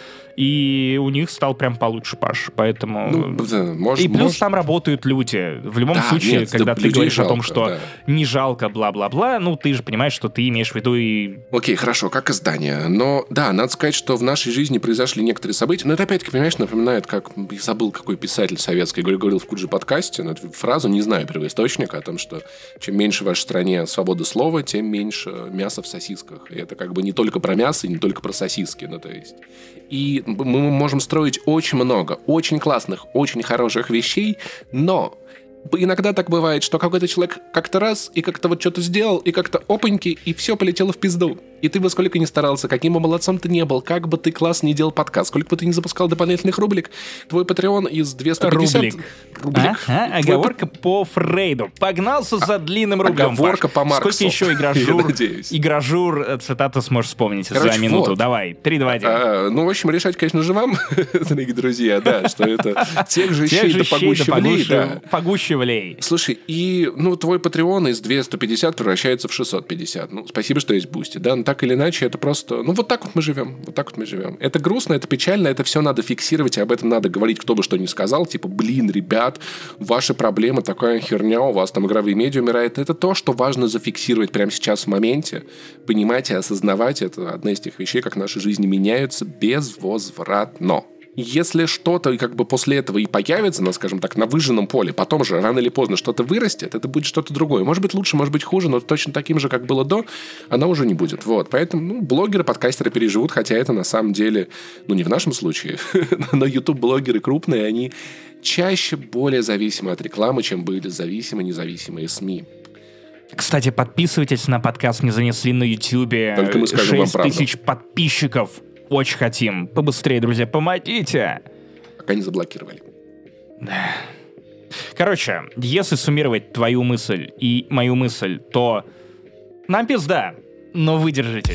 и у них стал прям получше, Паш. Поэтому... Ну, да, может, и плюс может... там работают люди. В любом да, случае, нет, когда да, ты говоришь жалко, о том, что да. не жалко, бла-бла-бла, ну, ты же понимаешь, что ты имеешь в виду и... Окей, хорошо, как издание. Но, да, надо сказать, что в нашей жизни произошли некоторые события. Но это, опять-таки, понимаешь, напоминает, как... Я забыл, какой писатель советский говорил в Куджи подкасте, но эту фразу, не знаю первоисточника, о том, что чем меньше в вашей стране свободы слова, тем меньше мяса в сосисках. И это как бы не только про мясо, и не только про сосиски, ну, то есть... И мы можем строить очень много очень классных, очень хороших вещей, но иногда так бывает, что какой-то человек как-то раз и как-то вот что-то сделал, и как-то опаньки, и все полетело в пизду. И ты бы сколько ни старался, каким бы молодцом ты не был, как бы ты класс не делал подкаст, сколько бы ты не запускал дополнительных рублик, твой Патреон из двести пятьдесят... Рублик. Рублик. Ага, оговорка Твой... по Фрейду. Погнался за длинным рублем, Оговорка Паш. по Марксу. Сколько еще игражур, игражур цитату сможешь вспомнить Короче, за минуту? Вот. Давай, три, два, один. А, ну, в общем, решать, конечно же, вам, дорогие друзья, да, что это тех же щей да погуще влей. Да. Погуще влей. Слушай, и, ну, твой Патреон из двести пятьдесят превращается в шестьсот пятьдесят. Ну, спасибо, что есть Бусти, да, но так или иначе, это просто, ну, вот так вот мы живем, вот так вот мы живем. Это грустно, это печально, это все надо фиксировать, и об этом надо говорить, кто бы что ни сказал, типа, блин, ребят, ваши проблемы, такая херня, у вас там игровые медиа умирает. Это то, что важно зафиксировать прямо сейчас в моменте, понимать и осознавать. Это одна из тех вещей, как наши жизни меняются безвозвратно. Если что-то как бы после этого и появится, ну, скажем так, на выжженном поле, потом же рано или поздно что-то вырастет, это будет что-то другое. Может быть лучше, может быть хуже, но точно таким же, как было до, оно уже не будет. Вот. Поэтому ну, блогеры, подкастеры переживут, хотя это на самом деле, ну не в нашем случае, но YouTube-блогеры крупные, они чаще более зависимы от рекламы, чем были зависимы независимые СМИ. Кстати, подписывайтесь на подкаст «Не занесли» на Ютубе. Только мы скажем вам правду. шесть тысяч подписчиков. Очень хотим. Побыстрее, друзья, помогите. Пока не заблокировали. Да. Короче, если суммировать твою мысль и мою мысль, то нам пизда, но выдержите.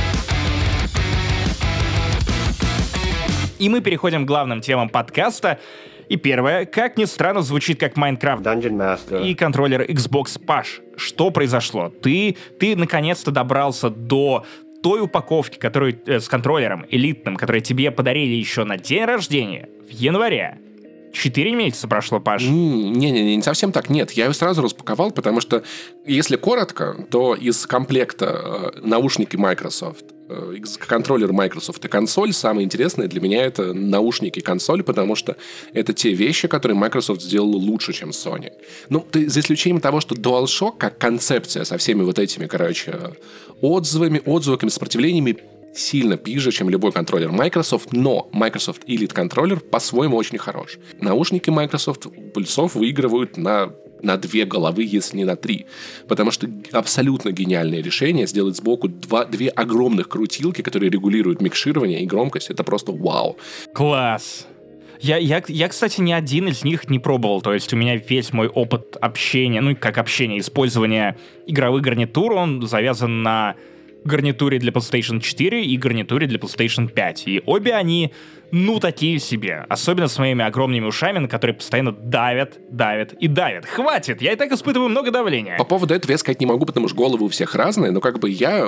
И мы переходим к главным темам подкаста. И первое, как ни странно, звучит как Майнкрафт и контроллер Xbox. Паш, что произошло? Ты, ты наконец-то добрался до той упаковки, которую э, с контроллером элитным, который тебе подарили еще на день рождения в январе. Четыре месяца прошло, Паш. Не-не-не, не совсем так. Нет, я ее сразу распаковал, потому что, если коротко, то из комплекта э, наушники Microsoft, э, контроллер Microsoft и консоль, самое интересное для меня это наушники и консоль, потому что это те вещи, которые Microsoft сделала лучше, чем Sony. Ну, ты, за исключением того, что DualShock, как концепция со всеми вот этими, короче, отзывами, отзывами, сопротивлениями, сильно пиже, чем любой контроллер Microsoft, но Microsoft Elite контроллер по-своему очень хорош. Наушники Microsoft у пыльцов выигрывают на, на две головы, если не на три. Потому что абсолютно гениальное решение сделать сбоку два, две огромных крутилки, которые регулируют микширование и громкость. Это просто вау. Класс. Я, я, я, кстати, ни один из них не пробовал, то есть у меня весь мой опыт общения, ну, как общение, использования игровых гарнитур, он завязан на гарнитуре для PlayStation четыре и гарнитуре для PlayStation пять. И обе они, ну, такие себе. Особенно с моими огромными ушами, на которые постоянно давят, давят и давят. Хватит! Я и так испытываю много давления. По поводу этого я сказать не могу, потому что головы у всех разные, но как бы я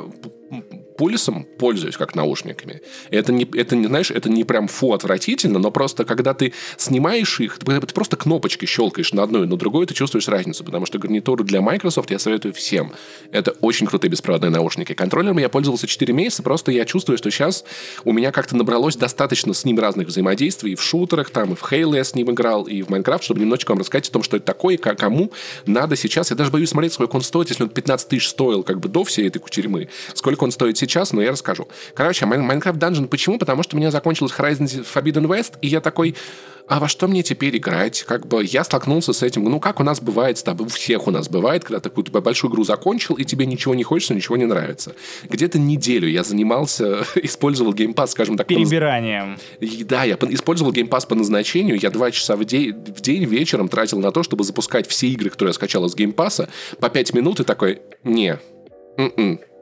пулисом пользуюсь как наушниками. Это не, это не, знаешь, это не прям фу отвратительно, но просто когда ты снимаешь их, ты, ты просто кнопочкой щелкаешь на одну и на другую, ты чувствуешь разницу, потому что гарнитуру для Microsoft я советую всем. Это очень крутые беспроводные наушники. Контроллером я пользовался четыре месяца, просто я чувствую, что сейчас у меня как-то набралось достаточно с ним разных взаимодействий, и в шутерах, там, и в Halo я с ним играл, и в Minecraft, чтобы немножечко вам рассказать о том, что это такое, как, кому надо сейчас. Я даже боюсь смотреть, сколько он стоит, если он пятнадцать тысяч стоил как бы до всей этой кутерьмы. Сколько он стоит сейчас, но я расскажу. Короче, Minecraft Dungeon почему? Потому что у меня закончилась Horizon Forbidden West, и я такой, а во что мне теперь играть? Как бы я столкнулся с этим, ну, как у нас бывает с тобой, у всех у нас бывает, когда ты какую-то большую игру закончил, и тебе ничего не хочется, ничего не нравится. Где-то неделю я занимался, использовал Game Pass, скажем так... Перебиранием. По... Да, я использовал Game Pass по назначению, я два часа в день, в день вечером тратил на то, чтобы запускать все игры, которые я скачал из Game Pass, по пять минут, и такой, не, м-м.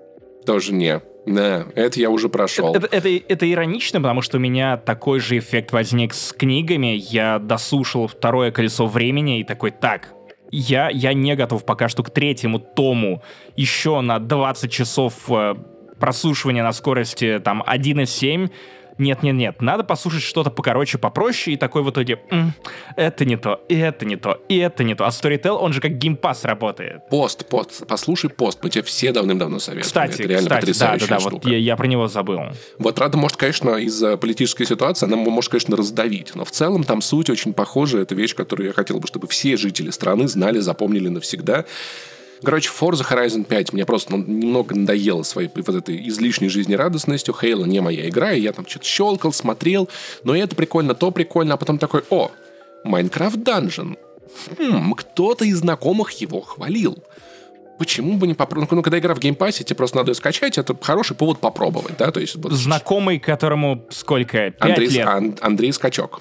Тоже не. Да, это я уже прошел. Это, это, это иронично, потому что у меня такой же эффект возник с книгами. Я дослушал второе «Колесо времени» и такой, так, я, я не готов пока что к третьему тому еще на двадцать часов э, прослушивания на скорости там один и семь. Нет-нет-нет, надо послушать что-то покороче, попроще, и такой в итоге, м, это не то, и это не то, и это не то. А Storytel, он же как геймпас работает. Пост, пост, послушай пост, мы тебе все давным-давно советуем. Кстати, это реально кстати, потрясающая да, да, да, штука. вот я, я про него забыл. Вот Рада может, конечно, из-за политической ситуации, она может, конечно, раздавить, но в целом там суть очень похожа, это вещь, которую я хотел бы, чтобы все жители страны знали, запомнили навсегда. Короче, Forza Horizon пять мне просто немного надоело своей вот этой излишней жизнерадостностью. Halo не моя игра, и я там что-то щелкал, смотрел, но это прикольно, то прикольно, а потом такой, о, Minecraft Dungeon. Хм, кто-то из знакомых его хвалил. Почему бы не попробовать? Ну, когда игра в геймпассе, тебе просто надо ее скачать, это хороший повод попробовать, да? То есть, вот... Знакомый, которому сколько? Пять Андрей, лет? Ан- Андрей Скачок.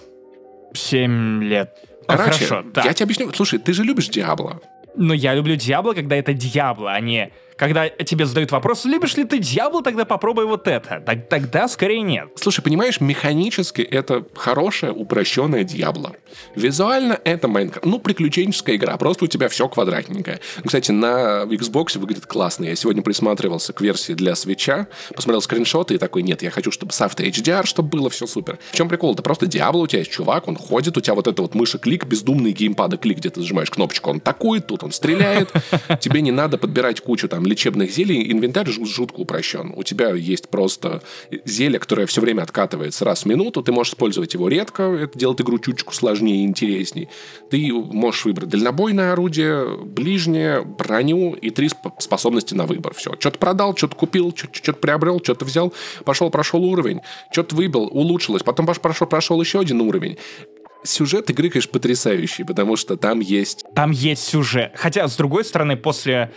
Семь лет. Короче, Хорошо, я так. тебе объясню. Слушай, ты же любишь Диабло. Но я люблю Диабло, когда это Диабло, а не... Когда тебе задают вопрос, любишь ли ты Диабло, тогда попробуй вот это. Так, тогда скорее нет. Слушай, понимаешь, механически это хорошая, упрощенная Диабло. Визуально это Майнкрафт. Ну, приключенческая игра, просто у тебя все квадратненькое. Кстати, на Xbox выглядит классно. Я сегодня присматривался к версии для Switch'а, посмотрел скриншоты и такой, нет, я хочу, чтобы с Auto эйч ди ар, чтобы было все супер. В чем прикол? Это просто Диабло, у тебя есть чувак, он ходит, у тебя вот это вот мыши-клик, бездумный геймпада-клик, где ты нажимаешь кнопочку, он такой, тут он стреляет. Тебе не надо подбирать кучу там лечебных зелий, инвентарь жутко упрощен. У тебя есть просто зелье, которое все время откатывается раз в минуту, ты можешь использовать его редко, это делает игру чуточку сложнее и интересней. Ты можешь выбрать дальнобойное орудие, ближнее, броню и три сп- способности на выбор. Все. Что-то продал, что-то купил, что-то приобрел, что-то взял, пошел, прошел уровень, что-то выбил, улучшилось, потом прошел, прошел еще один уровень. Сюжет игры, конечно, потрясающий, потому что там есть... Там есть сюжет. Хотя, с другой стороны, после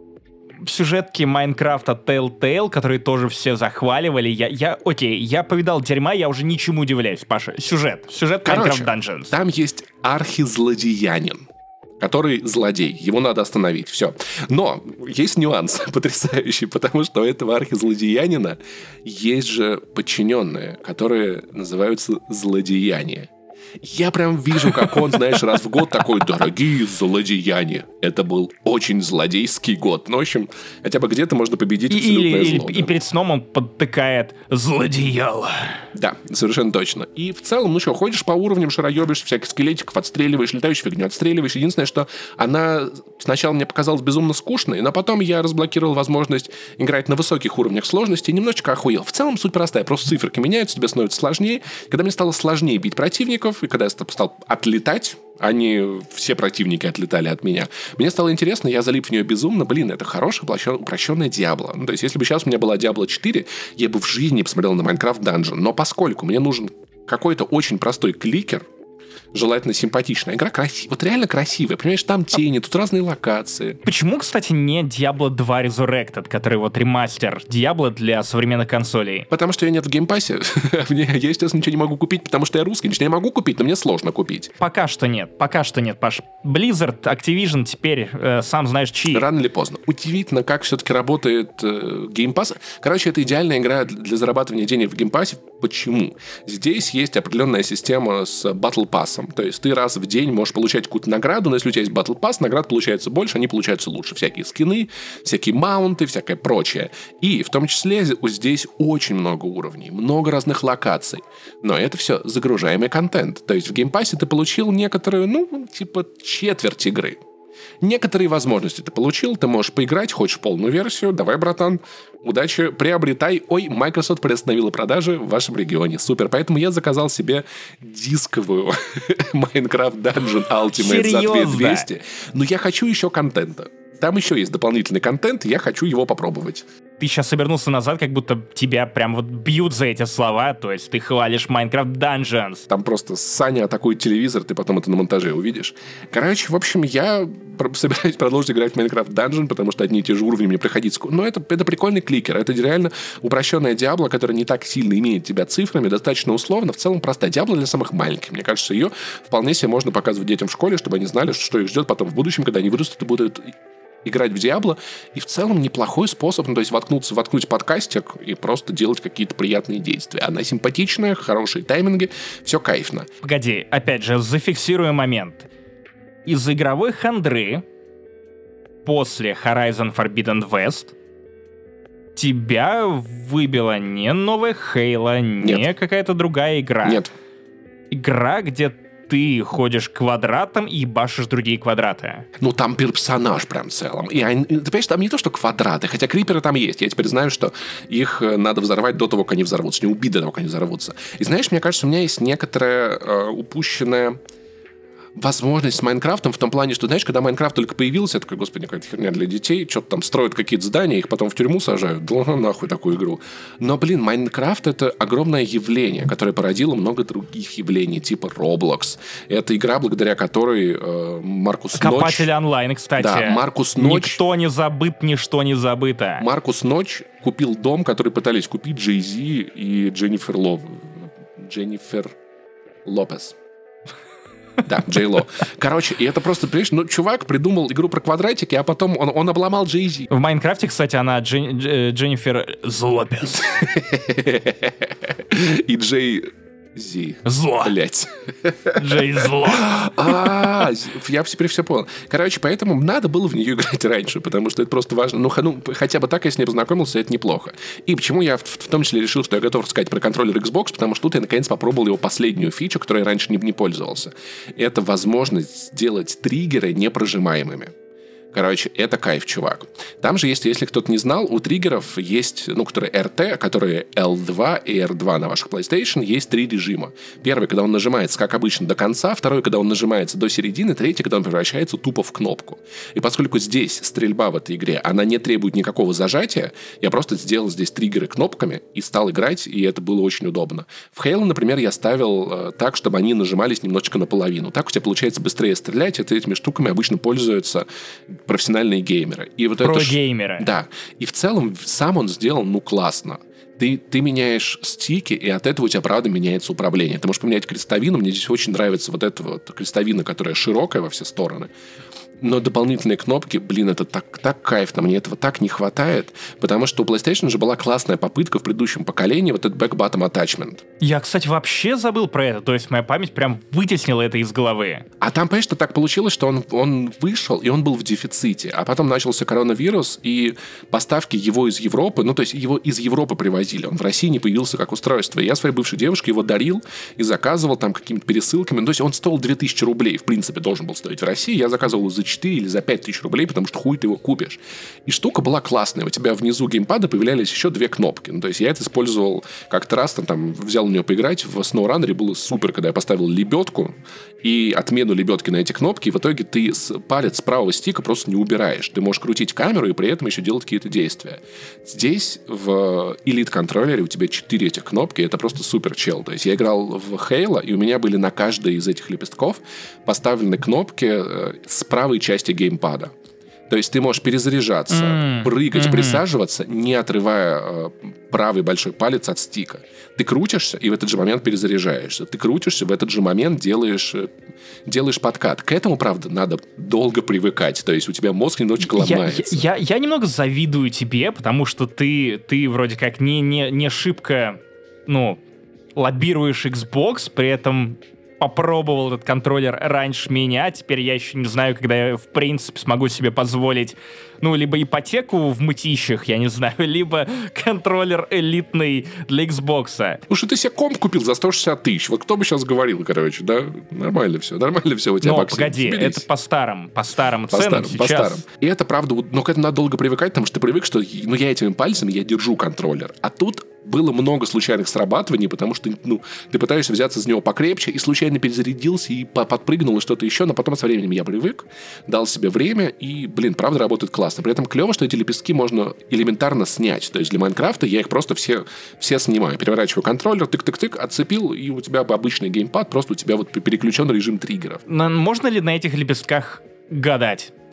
сюжетки Майнкрафта Telltale, которые тоже все захваливали, я, я, окей, я повидал дерьма, я уже ничему удивляюсь, Паша. Сюжет. Сюжет Короче, Minecraft Dungeons. Там есть архизлодеянин, который злодей. Его надо остановить. Все. Но есть нюанс потрясающий, потому что у этого архизлодеянина есть же подчиненные, которые называются злодеяне. Я прям вижу, как он, знаешь, раз в год такой, дорогие злодеяне. Это был очень злодейский год. Ну, в общем, хотя бы где-то можно победить И, абсолютное или, зло. или- да. и перед сном он подтыкает злодеяло. Да, совершенно точно. И в целом, ну что, ходишь по уровням, шароебишь, всяких скелетиков отстреливаешь, летающую фигню отстреливаешь. Единственное, что она сначала мне показалась безумно скучной, но потом я разблокировал возможность играть на высоких уровнях сложности и немножечко охуел. В целом суть простая, просто циферки меняются, тебе становится сложнее. Когда мне стало сложнее бить противников, и когда я стал отлетать, они все противники отлетали от меня. Мне стало интересно, я залип в нее безумно. Блин, это хорошая, упрощенная Диабло. Ну, то есть, если бы сейчас у меня была Диабло четыре, я бы в жизни не посмотрел на Minecraft Dungeon. Но поскольку мне нужен какой-то очень простой кликер, желательно симпатичная игра, красивая, вот реально красивая. Понимаешь, там тени, тут разные локации. Почему, кстати, не Diablo два Resurrected, который вот ремастер Diablo для современных консолей? Потому что я нет в геймпассе. Мне, я, естественно, ничего не могу купить, потому что я русский. Ничего не могу купить, но мне сложно купить. Пока что нет, пока что нет, Паш. Blizzard, Activision теперь, э, сам знаешь, чьи. Рано или поздно. Удивительно, как все-таки работает э, геймпасс. Короче, это идеальная игра для зарабатывания денег в геймпассе. Почему? Здесь есть определенная система с Battle Pass'ом. То есть ты раз в день можешь получать какую-то награду, но если у тебя есть Battle Pass, наград получается больше, они получаются лучше. Всякие скины, всякие маунты, всякое прочее. И в том числе здесь очень много уровней, много разных локаций. Но это все загружаемый контент. То есть в геймпассе ты получил некоторую, ну, типа четверть игры. Некоторые возможности ты получил, ты можешь поиграть, хочешь полную версию, давай, братан, удачи, приобретай. Ой, Microsoft приостановила продажи в вашем регионе, супер. Поэтому я заказал себе дисковую Minecraft Dungeon Ultimate за две тысячи двести. Но я хочу еще контента. Там еще есть дополнительный контент, и я хочу его попробовать. Ты сейчас обернулся назад, как будто тебя прям вот бьют за эти слова, то есть ты хвалишь Minecraft Dungeons. Там просто Саня атакует телевизор, ты потом это на монтаже увидишь. Короче, в общем, я собираюсь продолжить играть в Minecraft Dungeon, потому что одни и те же уровни мне приходится. Но это, это прикольный кликер, это реально упрощенная Диабло, которая не так сильно имеет тебя цифрами, достаточно условно, в целом простая. Диабло для самых маленьких. Мне кажется, ее вполне себе можно показывать детям в школе, чтобы они знали, что их ждет потом в будущем, когда они вырастут и будут играть в Диабло, и в целом неплохой способ, ну, то есть воткнуться, воткнуть подкастик и просто делать какие-то приятные действия. Она симпатичная, хорошие тайминги, все кайфно. Погоди, опять же, зафиксируем момент. Из игровой хандры после Horizon Forbidden West тебя выбила не новая Halo, не Нет. какая-то другая игра. Нет. Игра, где ты ходишь квадратом и ебашишь другие квадраты. Ну, там персонаж прям в целом. И они, ты понимаешь, там не то, что квадраты, хотя криперы там есть. Я теперь знаю, что их надо взорвать до того, как они взорвутся. Не убить до того, как они взорвутся. И знаешь, мне кажется, у меня есть некоторая э, упущенная возможность с Майнкрафтом в том плане, что, знаешь, когда Майнкрафт только появился, я такой, господи, какая-то херня для детей, что-то там строят какие-то здания, их потом в тюрьму сажают. Да нахуй такую игру. Но, блин, Майнкрафт — это огромное явление, которое породило много других явлений, типа Roblox. Это игра, благодаря которой э, Маркус Ночь... Копатели онлайн, кстати. Да, Маркус Ночь... Никто не забыт, ничто не забыто. Маркус Ночь купил дом, который пытались купить Джей-Зи и Дженнифер Ло... Дженнифер Лопес. Да, Джей Ло. Короче, и это просто, понимаешь, ну, чувак придумал игру про квадратики, а потом он, он обломал Джей-Зи. В Майнкрафте, кстати, она Джен, Дж, Дженнифер Злопес. И Джей... Зи. Зло. Блять. Джей Зло. А, я теперь все понял. Короче, поэтому надо было в нее играть раньше, потому что это просто важно. Ну, ну хотя бы так, я с ней познакомился, это неплохо. И почему я в, в том числе решил, что я готов рассказать про контроллер Xbox, потому что тут я наконец попробовал его последнюю фичу, которой я раньше не, не пользовался. Это возможность сделать триггеры непрожимаемыми. Короче, это кайф, чувак. Там же, если, если кто-то не знал, у триггеров есть, ну, которые эр ти, которые эл два и эр два на ваших PlayStation, есть три режима. Первый, когда он нажимается, как обычно, до конца. Второй, когда он нажимается до середины. Третий, когда он превращается тупо в кнопку. И поскольку здесь стрельба в этой игре, она не требует никакого зажатия, я просто сделал здесь триггеры кнопками и стал играть, и это было очень удобно. В Halo, например, я ставил э, так, чтобы они нажимались немножечко наполовину. Так у тебя получается быстрее стрелять, и этими штуками обычно пользуются профессиональные геймеры. И вот Про-геймеры. Это, да. И в целом сам он сделан, ну, классно. Ты, ты меняешь стики, и от этого у тебя, правда, меняется управление. Ты можешь поменять крестовину. Мне здесь очень нравится вот эта вот крестовина, которая широкая во все стороны. Но дополнительные кнопки, блин, это так, так кайфно, мне этого так не хватает, потому что у PlayStation же была классная попытка в предыдущем поколении, вот этот back-bottom attachment. Я, кстати, вообще забыл про это, то есть моя память прям вытеснила это из головы. А там, понимаешь, что так получилось, что он, он вышел, и он был в дефиците, а потом начался коронавирус, и поставки его из Европы, ну, то есть его из Европы привозили, он в России не появился как устройство, и я своей бывшей девушке его дарил и заказывал там какими-то пересылками, ну, то есть он стоил две тысячи рублей, в принципе, должен был стоить в России, я заказывал его за четыре или за пять тысяч рублей, потому что хуй ты его купишь. И штука была классная. У тебя внизу геймпада появлялись еще две кнопки. Ну, то есть я это использовал как-то раз, там, там взял на нее поиграть. В SnowRunner было супер, когда я поставил лебедку и отмену лебедки на эти кнопки, и в итоге ты с, палец с правого стика просто не убираешь. Ты можешь крутить камеру и при этом еще делать какие-то действия. Здесь в Elite контроллере у тебя четыре этих кнопки, это просто супер чел. То есть я играл в Halo, и у меня были на каждой из этих лепестков поставлены кнопки с правой части геймпада. То есть ты можешь перезаряжаться, mm-hmm. прыгать, mm-hmm. присаживаться, не отрывая э, правый большой палец от стика. Ты крутишься, и в этот же момент перезаряжаешься. Ты крутишься, в этот же момент делаешь, делаешь подкат. К этому, правда, надо долго привыкать. То есть у тебя мозг немножечко ломается. Я, я, я немного завидую тебе, потому что ты, ты вроде как не, не, не шибко, ну, лоббируешь Xbox, при этом попробовал этот контроллер раньше меня, теперь я еще не знаю, когда я, в принципе, смогу себе позволить, ну, либо ипотеку в мытищах, я не знаю, либо контроллер элитный для Xbox. Ну, что ты себе комп купил за сто шестьдесят тысяч, вот кто бы сейчас говорил, короче, да? Нормально все, нормально все у тебя, Но, Максим. погоди, Соберись. Это по старым, по старым по ценам старым, сейчас. По старым. И это правда, но к этому надо долго привыкать, потому что ты привык, что, ну, я этими пальцами, я держу контроллер, а тут было много случайных срабатываний, потому что, ну, ты пытаешься взяться за него покрепче и случайно перезарядился и подпрыгнул и что-то еще, но потом со временем я привык, дал себе время и, блин, правда работает классно. При этом клево, что эти лепестки можно элементарно снять. То есть для Майнкрафта я их просто все, все снимаю. Переворачиваю контроллер, тык-тык-тык, отцепил, и у тебя обычный геймпад, просто у тебя вот переключен режим триггеров. Но можно ли на этих лепестках гадать?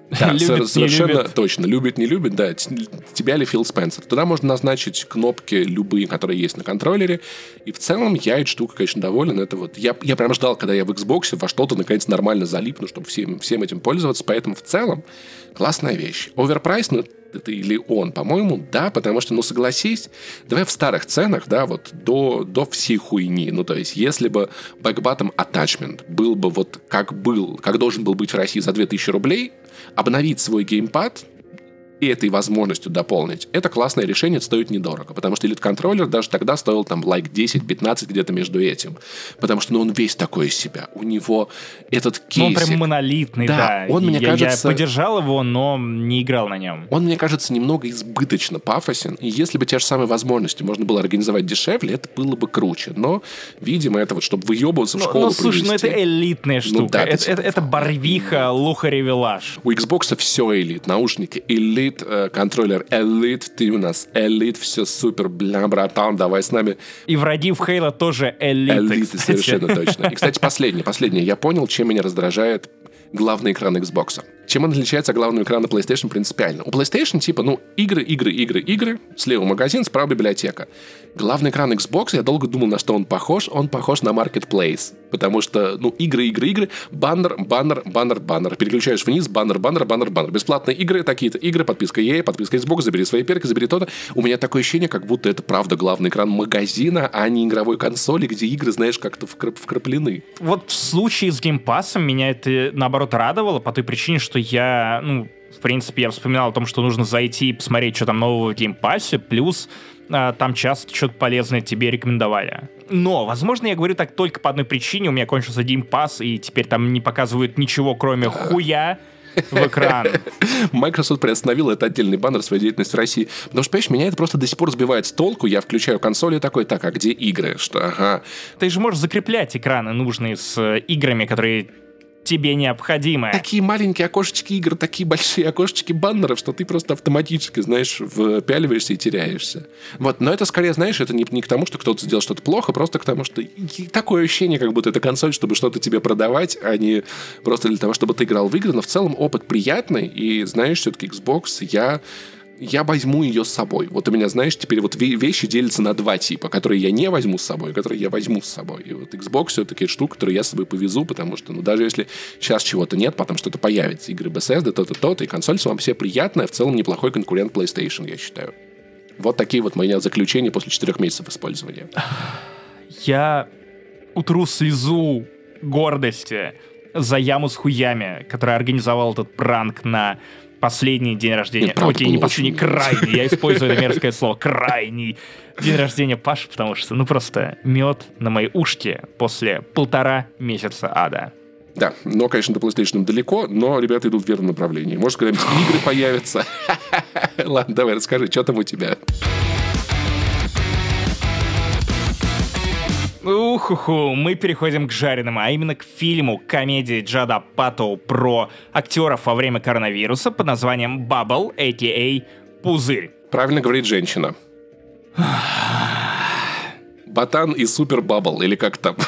Да, Любит, совершенно не любит. точно. Любит, не любит, да. Тебя ли Фил Спенсер? Туда можно назначить кнопки любые, которые есть на контроллере. И в целом я этой штукой, конечно, доволен. Это вот я, я прям ждал, когда я в Xbox во что-то наконец нормально залипну, чтобы всем, всем этим пользоваться. Поэтому в целом классная вещь. Оверпрайс, ну, это или он, по-моему, да, потому что, ну, согласись, давай в старых ценах, да, вот до, до всей хуйни. Ну, то есть, если бы back-bottom attachment был бы вот как был, как должен был быть в России за две тысячи рублей, обновить свой геймпад и этой возможностью дополнить, это классное решение, стоит недорого. Потому что Elite-контроллер даже тогда стоил там лайк десять-пятнадцать где-то между этим. Потому что ну, он весь такой из себя. У него этот кейсик... Ну, он прям монолитный, да. да. Он, мне я, кажется... я поддержал его, но не играл на нем. Он, мне кажется, немного избыточно пафосен. И если бы те же самые возможности можно было организовать дешевле, это было бы круче. Но, видимо, это вот, чтобы выебываться в но, школу Ну, слушай, привезти. ну это элитная штука. Ну, да, это, ты... это, это барвиха, лухаревелаж. У Xbox все элит. Наушники элит, контроллер элит, ты у нас элит, все супер, бля, братан, давай с нами. И враги в Halo тоже элиты. Элиты, совершенно точно. И, кстати, последнее, последнее. Я понял, чем меня раздражает главный экран Xbox. Чем он отличается от главного экрана PlayStation принципиально? У PlayStation типа, ну, игры, игры, игры, игры, слева магазин, справа библиотека. Главный экран Xbox, я долго думал, на что он похож. Он похож на Marketplace. Потому что, ну, игры, игры, игры, баннер, баннер, баннер, баннер. Переключаешь вниз, баннер, баннер, баннер, баннер. Бесплатные игры, такие-то игры, подписка и эй, подписка Xbox, забери свои перки, забери то-то. У меня такое ощущение, как будто это правда главный экран магазина, а не игровой консоли, где игры, знаешь, как-то вкрап- вкраплены. Вот в случае с геймпассом меня это, наоборот, радовало по той причине, что я, ну, в принципе, я вспоминал о том, что нужно зайти и посмотреть, что там нового в геймпассе, плюс а, там часто что-то полезное тебе рекомендовали. Но, возможно, я говорю так только по одной причине. У меня кончился геймпасс, и теперь там не показывают ничего, кроме хуя в экран. Microsoft приостановил этот отдельный баннер своей деятельности в России. Потому что, понимаешь, меня это просто до сих пор сбивает с толку. Я включаю консоль и такой, так, а где игры? Что, ага. Ты же можешь закреплять экраны нужные с играми, которые тебе необходимы. Такие маленькие окошечки игр, такие большие окошечки баннеров, что ты просто автоматически, знаешь, впяливаешься и теряешься. Вот, но это скорее, знаешь, это не, не к тому, что кто-то сделал что-то плохо, просто к тому, что такое ощущение, как будто это консоль, чтобы что-то тебе продавать, а не просто для того, чтобы ты играл в игры. Но в целом опыт приятный, и, знаешь, все-таки Xbox, я... я возьму ее с собой. Вот у меня, знаешь, теперь вот вещи делятся на два типа, которые я не возьму с собой, которые я возьму с собой. И вот Xbox все-таки штука, которую я с собой повезу, потому что, ну, даже если сейчас чего-то нет, потом что-то появится, игры Bethesda, то-то, то-то, и консоль вам все приятная, в целом неплохой конкурент PlayStation, я считаю. Вот такие вот мои заключения после четырех месяцев использования. Я утру слезу гордости за яму с хуями, которая организовал этот пранк на последний день рождения. Нет, Окей, не очень... последний, крайний. Я использую это мерзкое слово. Крайний день рождения Паши, потому что, ну, просто мед на мои ушки после полтора месяца ада. Да, но, конечно, до PlayStation далеко, но ребята идут в верном направлении. Может, когда-нибудь игры появятся. Ладно, давай, расскажи, что там у тебя? Уху-ху, мы переходим к жареному, а именно к фильму комедии Джада Апатоу про актеров во время коронавируса под названием Bubble, а.к.а. Пузырь. Правильно говорит женщина. Ботан и Супер Бабл, или как там?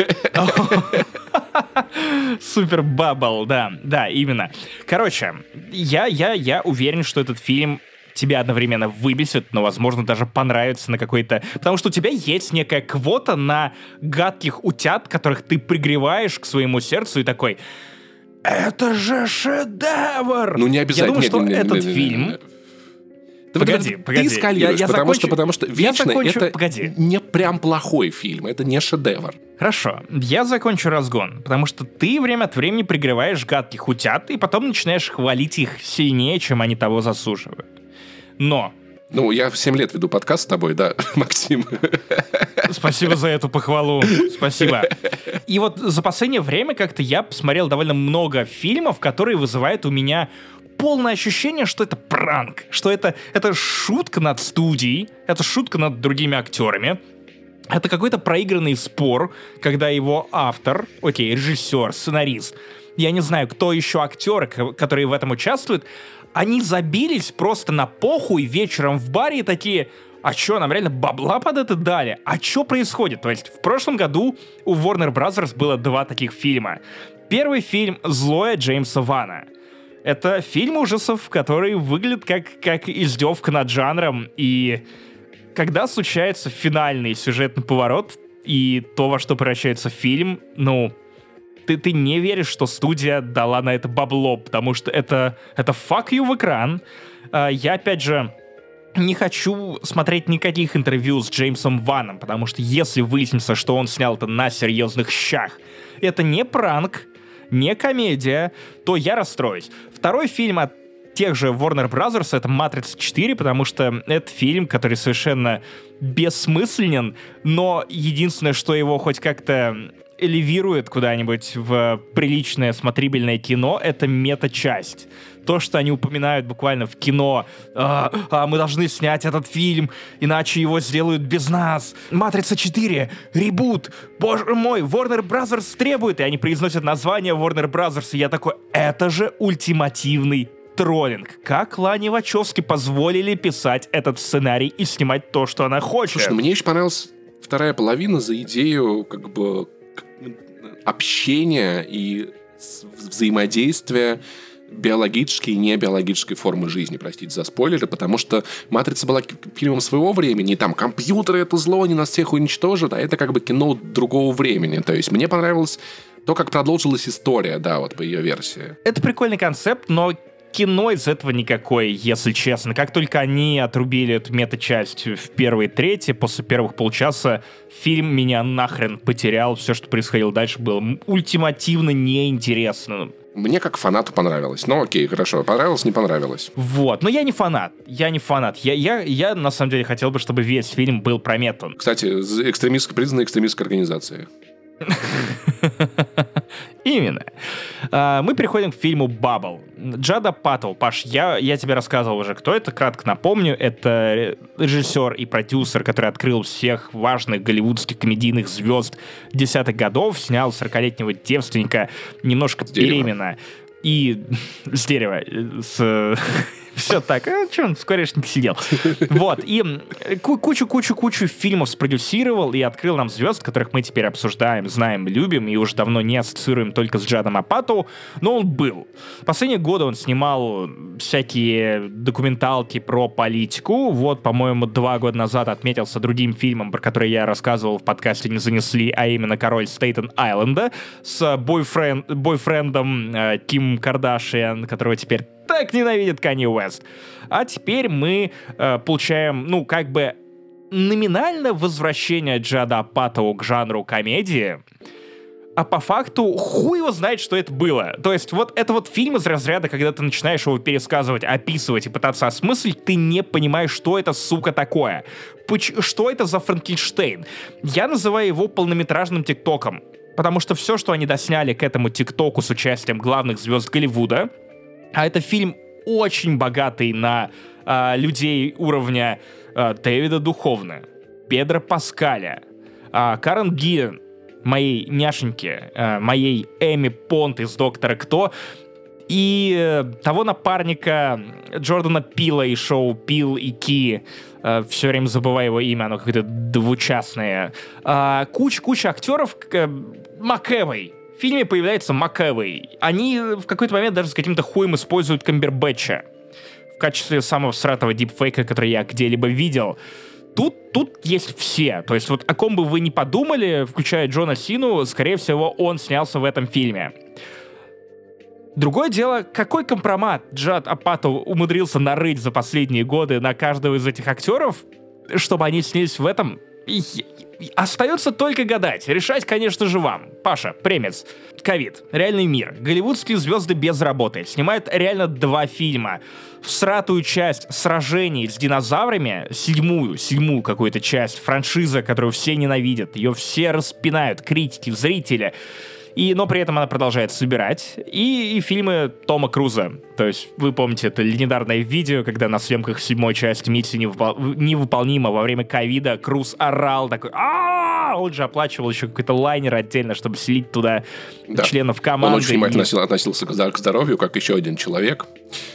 Супер Бабл, да, да, именно. Короче, я, я, я уверен, что этот фильм тебя одновременно выбесит, но, возможно, даже понравится на какой-то... Потому что у тебя есть некая квота на гадких утят, которых ты пригреваешь к своему сердцу и такой... Это же шедевр! Ну, не обязательно. Я думаю, что нет, нет, этот нет, нет, фильм... нет, нет. Погоди, ты погоди. Ты скалируешь, я, я потому, закончу... что, потому что «Вечно» закончу... это погоди. не прям плохой фильм, это не шедевр. Хорошо, я закончу разгон, потому что ты время от времени пригреваешь гадких утят и потом начинаешь хвалить их сильнее, чем они того заслуживают. Но... Ну, я в семь лет веду подкаст с тобой, да, Максим? Спасибо за эту похвалу, спасибо. И вот за последнее время как-то я посмотрел довольно много фильмов, которые вызывают у меня полное ощущение, что это пранк, что это, это шутка над студией, это шутка над другими актерами. Это какой-то проигранный спор, когда его автор, окей, режиссер, сценарист, я не знаю, кто еще актеры, которые в этом участвуют, они забились просто на похуй вечером в баре и такие... А чё, нам реально бабла под это дали? А чё происходит? То есть в прошлом году у Warner Brothers было два таких фильма. Первый фильм «Злое» Джеймса Вана. Это фильм ужасов, который выглядит как, как издевка над жанром, и когда случается финальный сюжетный поворот и то, во что превращается фильм, ну, ты, ты не веришь, что студия дала на это бабло, потому что это, это fuck you в экран. А, я, опять же, не хочу смотреть никаких интервью с Джеймсом Ваном, потому что если выяснится, что он снял это на серьезных щах, это не пранк, не комедия, то я расстроюсь. Второй фильм от тех же Warner Brothers — это «Матрица четыре», потому что это фильм, который совершенно бессмысленен, но единственное, что его хоть как-то элевирует куда-нибудь в приличное смотрибельное кино, это мета-часть. То, что они упоминают буквально в кино, а, а, мы должны снять этот фильм, иначе его сделают без нас. «Матрица четыре», ребут, боже мой, Warner Brothers требует, и они произносят название Warner Brothers, и я такой, это же ультимативный троллинг. Как Лане Вачовски позволили писать этот сценарий и снимать то, что она хочет? Слушай, ну мне еще понравилась вторая половина за идею как бы общения и взаимодействия биологической и небиологической формы жизни, простите за спойлеры, потому что «Матрица» была фильмом своего времени, и там компьютеры — это зло, они нас всех уничтожат, а это как бы кино другого времени. То есть мне понравилось то, как продолжилась история, да, вот по ее версии. Это прикольный концепт, но кино из этого никакое, если честно. Как только они отрубили эту мета-часть в первой трети, после первых полчаса фильм меня нахрен потерял. Все, что происходило дальше, было ультимативно неинтересно. Мне как фанату понравилось. Ну окей, хорошо. Понравилось, не понравилось. Вот. Но я не фанат. Я не фанат. Я, я, я на самом деле хотел бы, чтобы весь фильм был про мету. Кстати, экстремистской, признанной экстремистской организацией. Именно. Мы переходим к фильму «Бабл». Джад Апатоу. Паш, я, я тебе рассказывал уже, кто это. Кратко напомню. Это режиссер и продюсер, который открыл всех важных голливудских комедийных звезд десятых годов, снял сорокалетнего девственника, немножко беременна. И с дерева. С... Все так, а что он в скворечнике сидел? Вот, и кучу-кучу-кучу фильмов спродюсировал и открыл нам звезд, которых мы теперь обсуждаем, знаем, любим и уже давно не ассоциируем только с Джадом Апатоу, но он был. В последние годы он снимал всякие документалки про политику. Вот, по-моему, два года назад отметился другим фильмом, про который я рассказывал в подкасте «Не занесли», а именно «Король Стейтен-Айленда» с бойфренд, бойфрендом э, Ким Кардашьян, которого теперь так ненавидит Канье Уэст. А теперь мы э, получаем, ну, как бы номинально возвращение Джада Апатоу к жанру комедии, а по факту хуй его знает, что это было. То есть вот это вот фильм из разряда, когда ты начинаешь его пересказывать, описывать и пытаться осмыслить, ты не понимаешь, что это, сука, такое. Поч- что это за Франкенштейн? Я называю его полнометражным тиктоком, потому что все, что они досняли к этому тиктоку с участием главных звезд Голливуда, а это фильм очень богатый на э, людей уровня э, Дэвида Духовны, Педро Паскаля, э, Карен Гиллен, моей няшеньки, э, моей Эми Понт из «Доктора Кто», и э, того напарника Джордана Пила из шоу «Пил и Ки», э, все время забываю его имя, оно какое-то двучастное. Э, куча-куча актеров, э, МакЭвой. В фильме появляется МакЭвой. Они в какой-то момент даже с каким-то хуем используют Камбербэтча в качестве самого всратого дипфейка, который я где-либо видел. Тут, тут есть все. То есть вот о ком бы вы ни подумали, включая Джона Сину, скорее всего, он снялся в этом фильме. Другое дело, какой компромат Джад Апатоу умудрился нарыть за последние годы на каждого из этих актеров, чтобы они снялись в этом. И остается только гадать. Решать, конечно же, вам. Паша, премец. Ковид. Реальный мир. Голливудские звезды без работы. Снимают реально два фильма. Всратую часть сражений с динозаврами, седьмую, седьмую какую-то часть, франшиза, которую все ненавидят. Ее все распинают, критики, зрители. И, но при этом она продолжает собирать. И, и фильмы Тома Круза. То есть, вы помните, это легендарное видео, когда на съемках седьмой части «Миссия невыполнима» во время ковида Круз орал такой: а Он же оплачивал еще какой-то лайнер отдельно, чтобы селить туда да. членов команды. Он очень внимательно и... относился к здоровью, как еще один человек.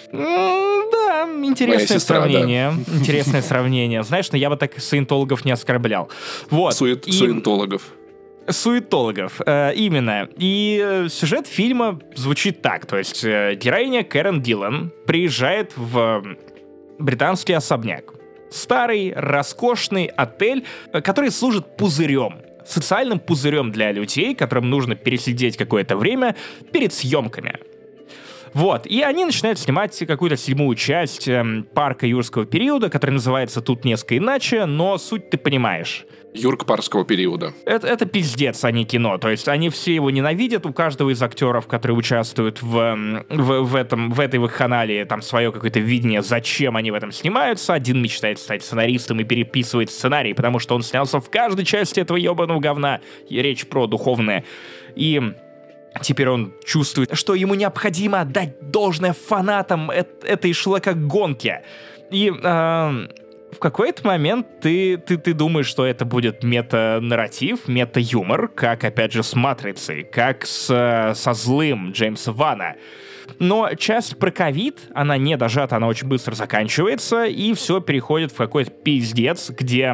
Да, интересное сестра, сравнение. Да. Интересное сравнение. Знаешь, но я бы так саентологов не оскорблял. Вот. Сует, и... Суентологов. Суетологов, э, именно. И э, сюжет фильма звучит так. То есть э, героиня Кэрон Гиллан приезжает в британский особняк. Старый, роскошный отель, э, который служит пузырем. Социальным пузырем для людей, которым нужно пересидеть какое-то время перед съемками. Вот, и они начинают снимать какую-то седьмую часть э, парка юрского периода, который называется тут несколько иначе, но суть ты понимаешь. Юрко-парского периода. Это, это пиздец, а не кино. То есть они все его ненавидят. У каждого из актеров, которые участвуют в, в, в, этом, в этой вакханалии, там свое какое-то видение, зачем они в этом снимаются. Один мечтает стать сценаристом и переписывать сценарий, потому что он снялся в каждой части этого ебаного говна. И речь про духовное. И теперь он чувствует, что ему необходимо отдать должное фанатам этой шлакогонки. И э, в какой-то момент ты, ты, ты думаешь, что это будет мета-нарратив, мета-юмор, как, опять же, с «Матрицей», как с, со «Злым» Джеймса Вана. Но часть про ковид, она не дожата, она очень быстро заканчивается, и все переходит в какой-то пиздец, где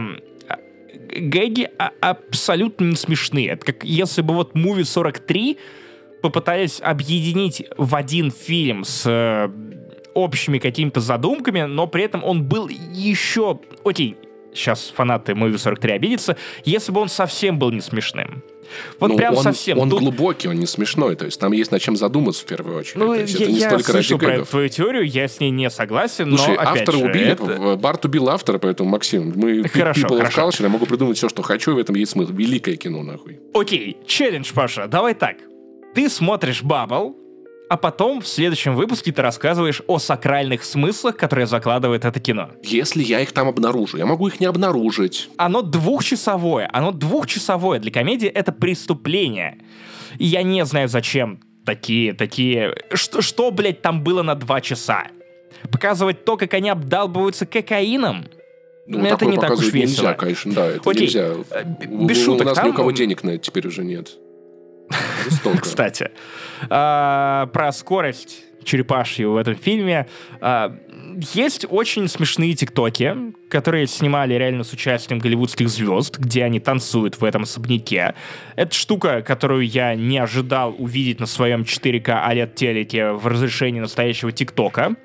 гэги абсолютно не смешные. Это как если бы вот «Муви сорок три» попытались объединить в один фильм с э, общими какими-то задумками, но при этом он был еще... Окей, сейчас фанаты «Муви сорок три» обидятся, если бы он совсем был не смешным. Вот ну, прям он, совсем. Он Тут... глубокий, он не смешной, то есть там есть над чем задуматься в первую очередь. Ну, то есть я, это не я столько слышал ради про гэгов. твою теорию, я с ней не согласен, Слушай, но, опять автора же, убили, это... Барт убил автора, поэтому, Максим, мы хорошо, people хорошо. of culture, я могу придумать все, что хочу, и в этом есть смысл. Великое кино, нахуй. Окей, челлендж, Паша, давай так. Ты смотришь «Бабл», а потом в следующем выпуске ты рассказываешь о сакральных смыслах, которые закладывает это кино. Если я их там обнаружу, я могу их не обнаружить. Оно двухчасовое, оно двухчасовое. Для комедии это преступление. И я не знаю, зачем такие, такие... Что, что, блядь, там было на два часа? Показывать то, как они обдалбываются кокаином? Ну, это не так уж весело. Нельзя, конечно, да, это Окей, нельзя. без у, шуток, у нас там... ни у кого денег на это теперь уже нет. Жестоко. Кстати, а, про скорость черепашью в этом фильме. А, есть очень смешные тиктоки, которые снимали реально с участием голливудских звезд, где они танцуют в этом особняке. Это штука, которую я не ожидал увидеть на своем четыре ка о лед-телеке в разрешении настоящего тиктока.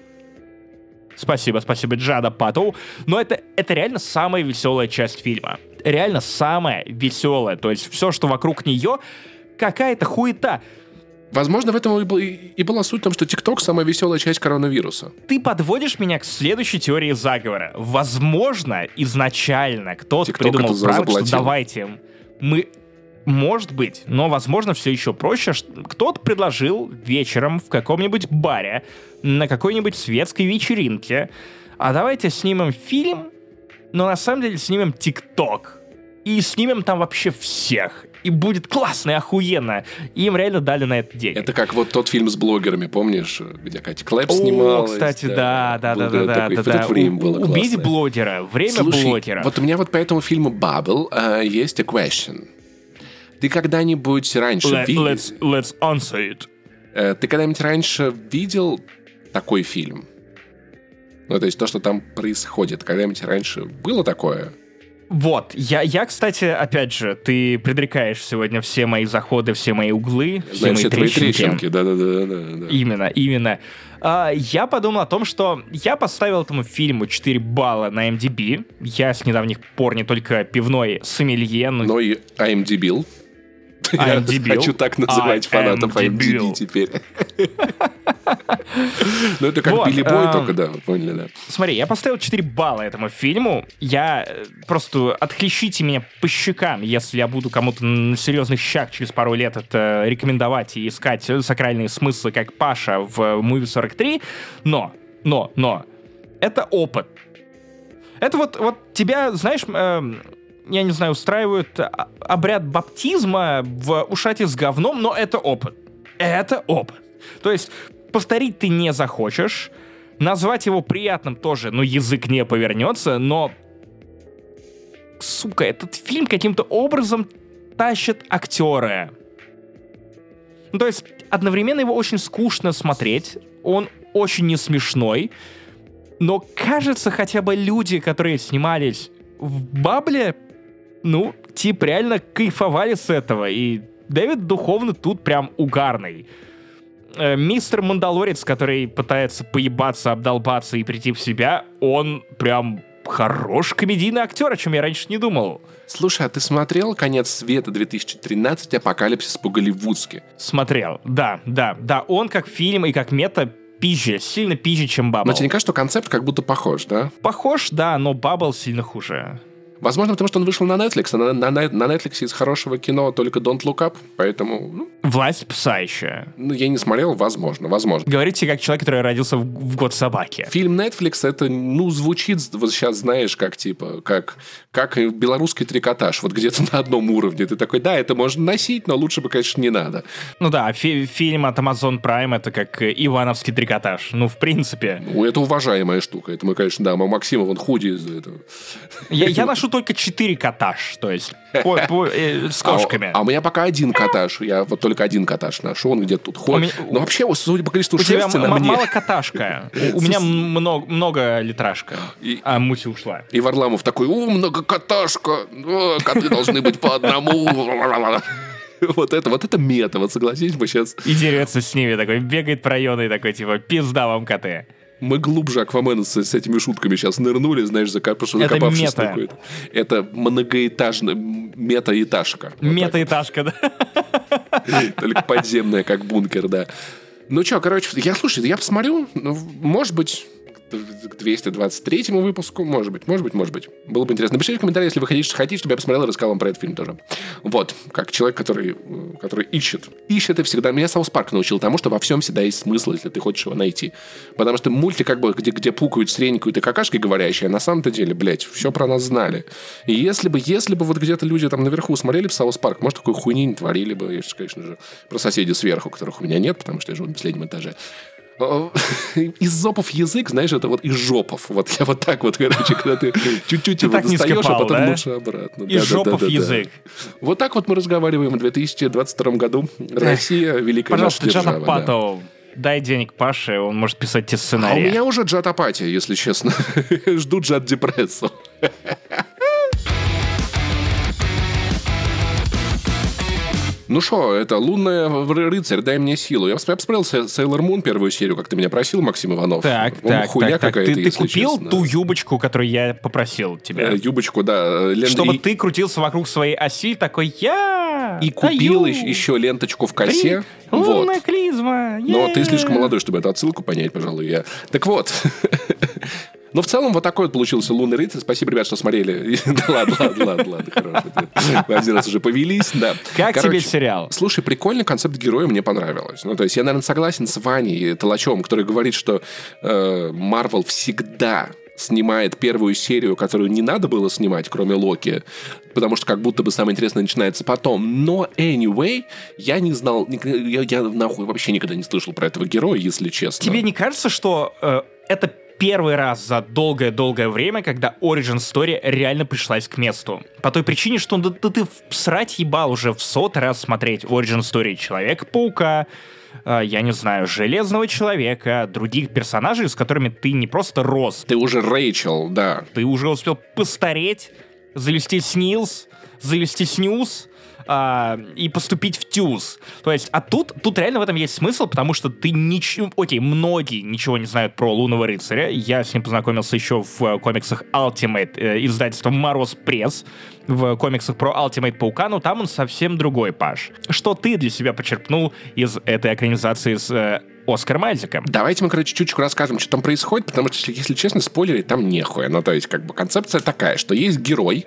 Спасибо, спасибо, Джада Паттоу. Но это, это реально самая веселая часть фильма. Реально самая веселая. То есть все, что вокруг нее, какая-то хуета. Возможно, в этом и, был, и была суть в том, что ТикТок — самая веселая часть коронавируса. Ты подводишь меня к следующей теории заговора. Возможно, изначально кто-то TikTok придумал это пранк, что заплатил. давайте мы... Может быть, но, возможно, все еще проще. Кто-то предложил вечером в каком-нибудь баре, на какой-нибудь светской вечеринке, а давайте снимем фильм, но на самом деле снимем ТикТок. И снимем там вообще всех. И будет классно и охуенно. И им реально дали на это денег. Это как вот тот фильм с блогерами, помнишь, где Катя Клэп снималась? О, кстати, да, да, да, да, да, да, да. время было Убить классное. блогера, время Слушай, блогера. Вот у меня вот по этому фильму Bubble э, есть a question. Ты когда-нибудь раньше Let, видел... let's, let's answer it. Э, ты когда-нибудь раньше видел такой фильм? Ну, то есть то, что там происходит. Когда-нибудь раньше было такое? Вот, я, я, кстати, опять же, ты предрекаешь сегодня все мои заходы, все мои углы, все Знаешь, мои все твои трещинки. трещинки, да-да-да. Именно, именно. А, я подумал о том, что я поставил этому фильму четыре балла на эм ди би. Я с недавних пор не только пивной сомелье, но... Но и ай эм ди би. ай эм ди би. Я хочу так называть фанатов ай эм ди би ай эм ди би. теперь. Ну, это как Вот, Билли Бой, а, только, да, вы поняли, да. Смотри, я поставил четыре балла этому фильму. Я э, просто отхлещите меня по щекам, если я буду кому-то на серьезных щах через пару лет это рекомендовать и искать сакральные смыслы, как Паша в «Муви сорок три». Но, но, но, это опыт. Это вот, вот тебя, знаешь, э, я не знаю, устраивают обряд баптизма в ушате с говном, но это опыт. Это опыт. То есть повторить ты не захочешь, назвать его приятным тоже, ну, язык не повернется, но, сука, этот фильм каким-то образом тащит актеры. Ну, то есть одновременно его очень скучно смотреть, он очень не смешной, но кажется, хотя бы люди, которые снимались в «Бабле», ну, тип реально кайфовали с этого, и Дэвид Духовны тут прям угарный. Э, мистер Мандалорец, который пытается поебаться, обдолбаться и прийти в себя, он прям хороший комедийный актер, о чем я раньше не думал. Слушай, а ты смотрел «Конец света» две тысячи тринадцать, «Апокалипсис по-голливудски»? Смотрел, да, да, да, он как фильм и как мета пизже, сильно пизже, чем Баббл. Но тебе не кажется, что концепт как будто похож, да? Похож, да, но Баббл сильно хуже. Возможно, потому что он вышел на Netflix, а на, на, на Netflix из хорошего кино только Don't Look Up, поэтому... Ну, «Власть пса» еще. Ну, я не смотрел, возможно, возможно. Говорите, как человек, который родился в, в год собаки. Фильм Netflix, это, ну, звучит, вот сейчас, знаешь, как, типа, как, как белорусский трикотаж, вот где-то на одном уровне. Ты такой, да, это можно носить, но лучше бы, конечно, не надо. Ну да, фи- фильм от Amazon Prime — это как ивановский трикотаж. Ну, в принципе. Ну, это уважаемая штука. Это мы, конечно, да, Максима, вон худи из-за этого. Я, я ношу только четыре катаж, то есть по, по, э, с кошками. А, а у меня пока один катаж. Я вот только один катаж ношу, он где-то тут ходит. Меня... Но вообще, судя по количеству у шерсти тебя на м- мне... мало каташка. У меня много, много литражка. И... А Мути ушла. И Варламов такой, о, много каташка. О, коты должны быть по одному. Вот это, вот это мета, вот согласитесь, мы сейчас... И дерется с ними такой, бегает по району и такой, типа, пизда вам коты. Мы глубже Аквамена с, с этими шутками сейчас нырнули, знаешь, закоп... закопавшись это такой. Это многоэтажная мета-этажка. Мета-этажка, да. Только подземная, как бункер, да. Ну что, короче, я, слушай, я посмотрю, ну, может быть... к двести двадцать третьему выпуску, может быть, может быть, может быть. Было бы интересно. Напишите в комментариях, если вы хотите, хотите, чтобы я посмотрел и рассказал вам про этот фильм тоже. Вот, как человек, который, который ищет. Ищет и всегда... Меня Саус Парк научил тому, что во всем всегда есть смысл, если ты хочешь его найти. Потому что мультик, как бы, где, где пукают, сренькают и какашки говорящие, а на самом-то деле, блядь, все про нас знали. И если бы, если бы вот где-то люди там наверху смотрели бы Саус Парк, может, такой хуйни не творили бы. Я, конечно же, про соседей сверху, которых у меня нет, потому что я живу на последнем этаже. Из зопов язык, знаешь, это вот из жопов. Вот я вот так вот, короче, когда ты чуть-чуть его достаешь, а потом лучше обратно. Из жопов язык. Вот так вот мы разговариваем в две тысячи двадцать втором году. Россия, великая наша держава. Пожалуйста, Джат Апатоу, дай денег Паше, он может писать те сценарии. А у меня уже Джат Апатия, если честно. Жду Джат Депрессу. Ну что, это «Лунный рыцарь, дай мне силу». Я посмотрел «Сейлор Мун» первую серию, как ты меня просил, Максим Иванов. Так, Он так, хуйня так, так. какая-то, Ты, ты купил честно. ту юбочку, которую я попросил тебя? Э, юбочку, да. Лен... Чтобы и... ты крутился вокруг своей оси, такой «Я И купил даю. еще ленточку в косе. Три. Вот. Лунная клизма. Но ты слишком молодой, чтобы эту отсылку понять, пожалуй. Я... Так вот... Но в целом вот такой вот получился «Лунный рыцарь». Спасибо, ребят, что смотрели. Да ладно, ладно, ладно, ладно, хорошо. Мы один раз уже повелись, да. Как тебе сериал? Слушай, прикольный концепт героя, мне понравилось. Ну, то есть я, наверное, согласен с Ваней Толачевым, который говорит, что Марвел всегда снимает первую серию, которую не надо было снимать, кроме Локи, потому что как будто бы самое интересное начинается потом. Но anyway, я не знал, я, я нахуй вообще никогда не слышал про этого героя, если честно. Тебе не кажется, что э, это первый раз за долгое-долгое время, когда Origin Story реально пришлась к месту? По той причине, что да, да ты всрать ебал уже в сотый раз смотреть Origin Story Человека-паука, э, я не знаю, Железного Человека, других персонажей, с которыми ты не просто рос. Ты уже Рэйчел, да. Ты уже успел постареть, завести снилс, завести снюс, а, и поступить в тюз. То есть, а тут, тут реально в этом есть смысл, потому что ты ничего... Окей, многие ничего не знают про Лунного рыцаря. Я с ним познакомился еще в комиксах Ultimate, э, издательства Мороз Пресс, в комиксах про Ultimate Паука, но там он совсем другой, Паш. Что ты для себя почерпнул из этой экранизации с э, Оскаром Айзеком? Давайте мы, короче, чуть-чуть расскажем, что там происходит, потому что, если честно, спойлерить там нехуя. Ну, то есть, как бы, концепция такая, что есть герой,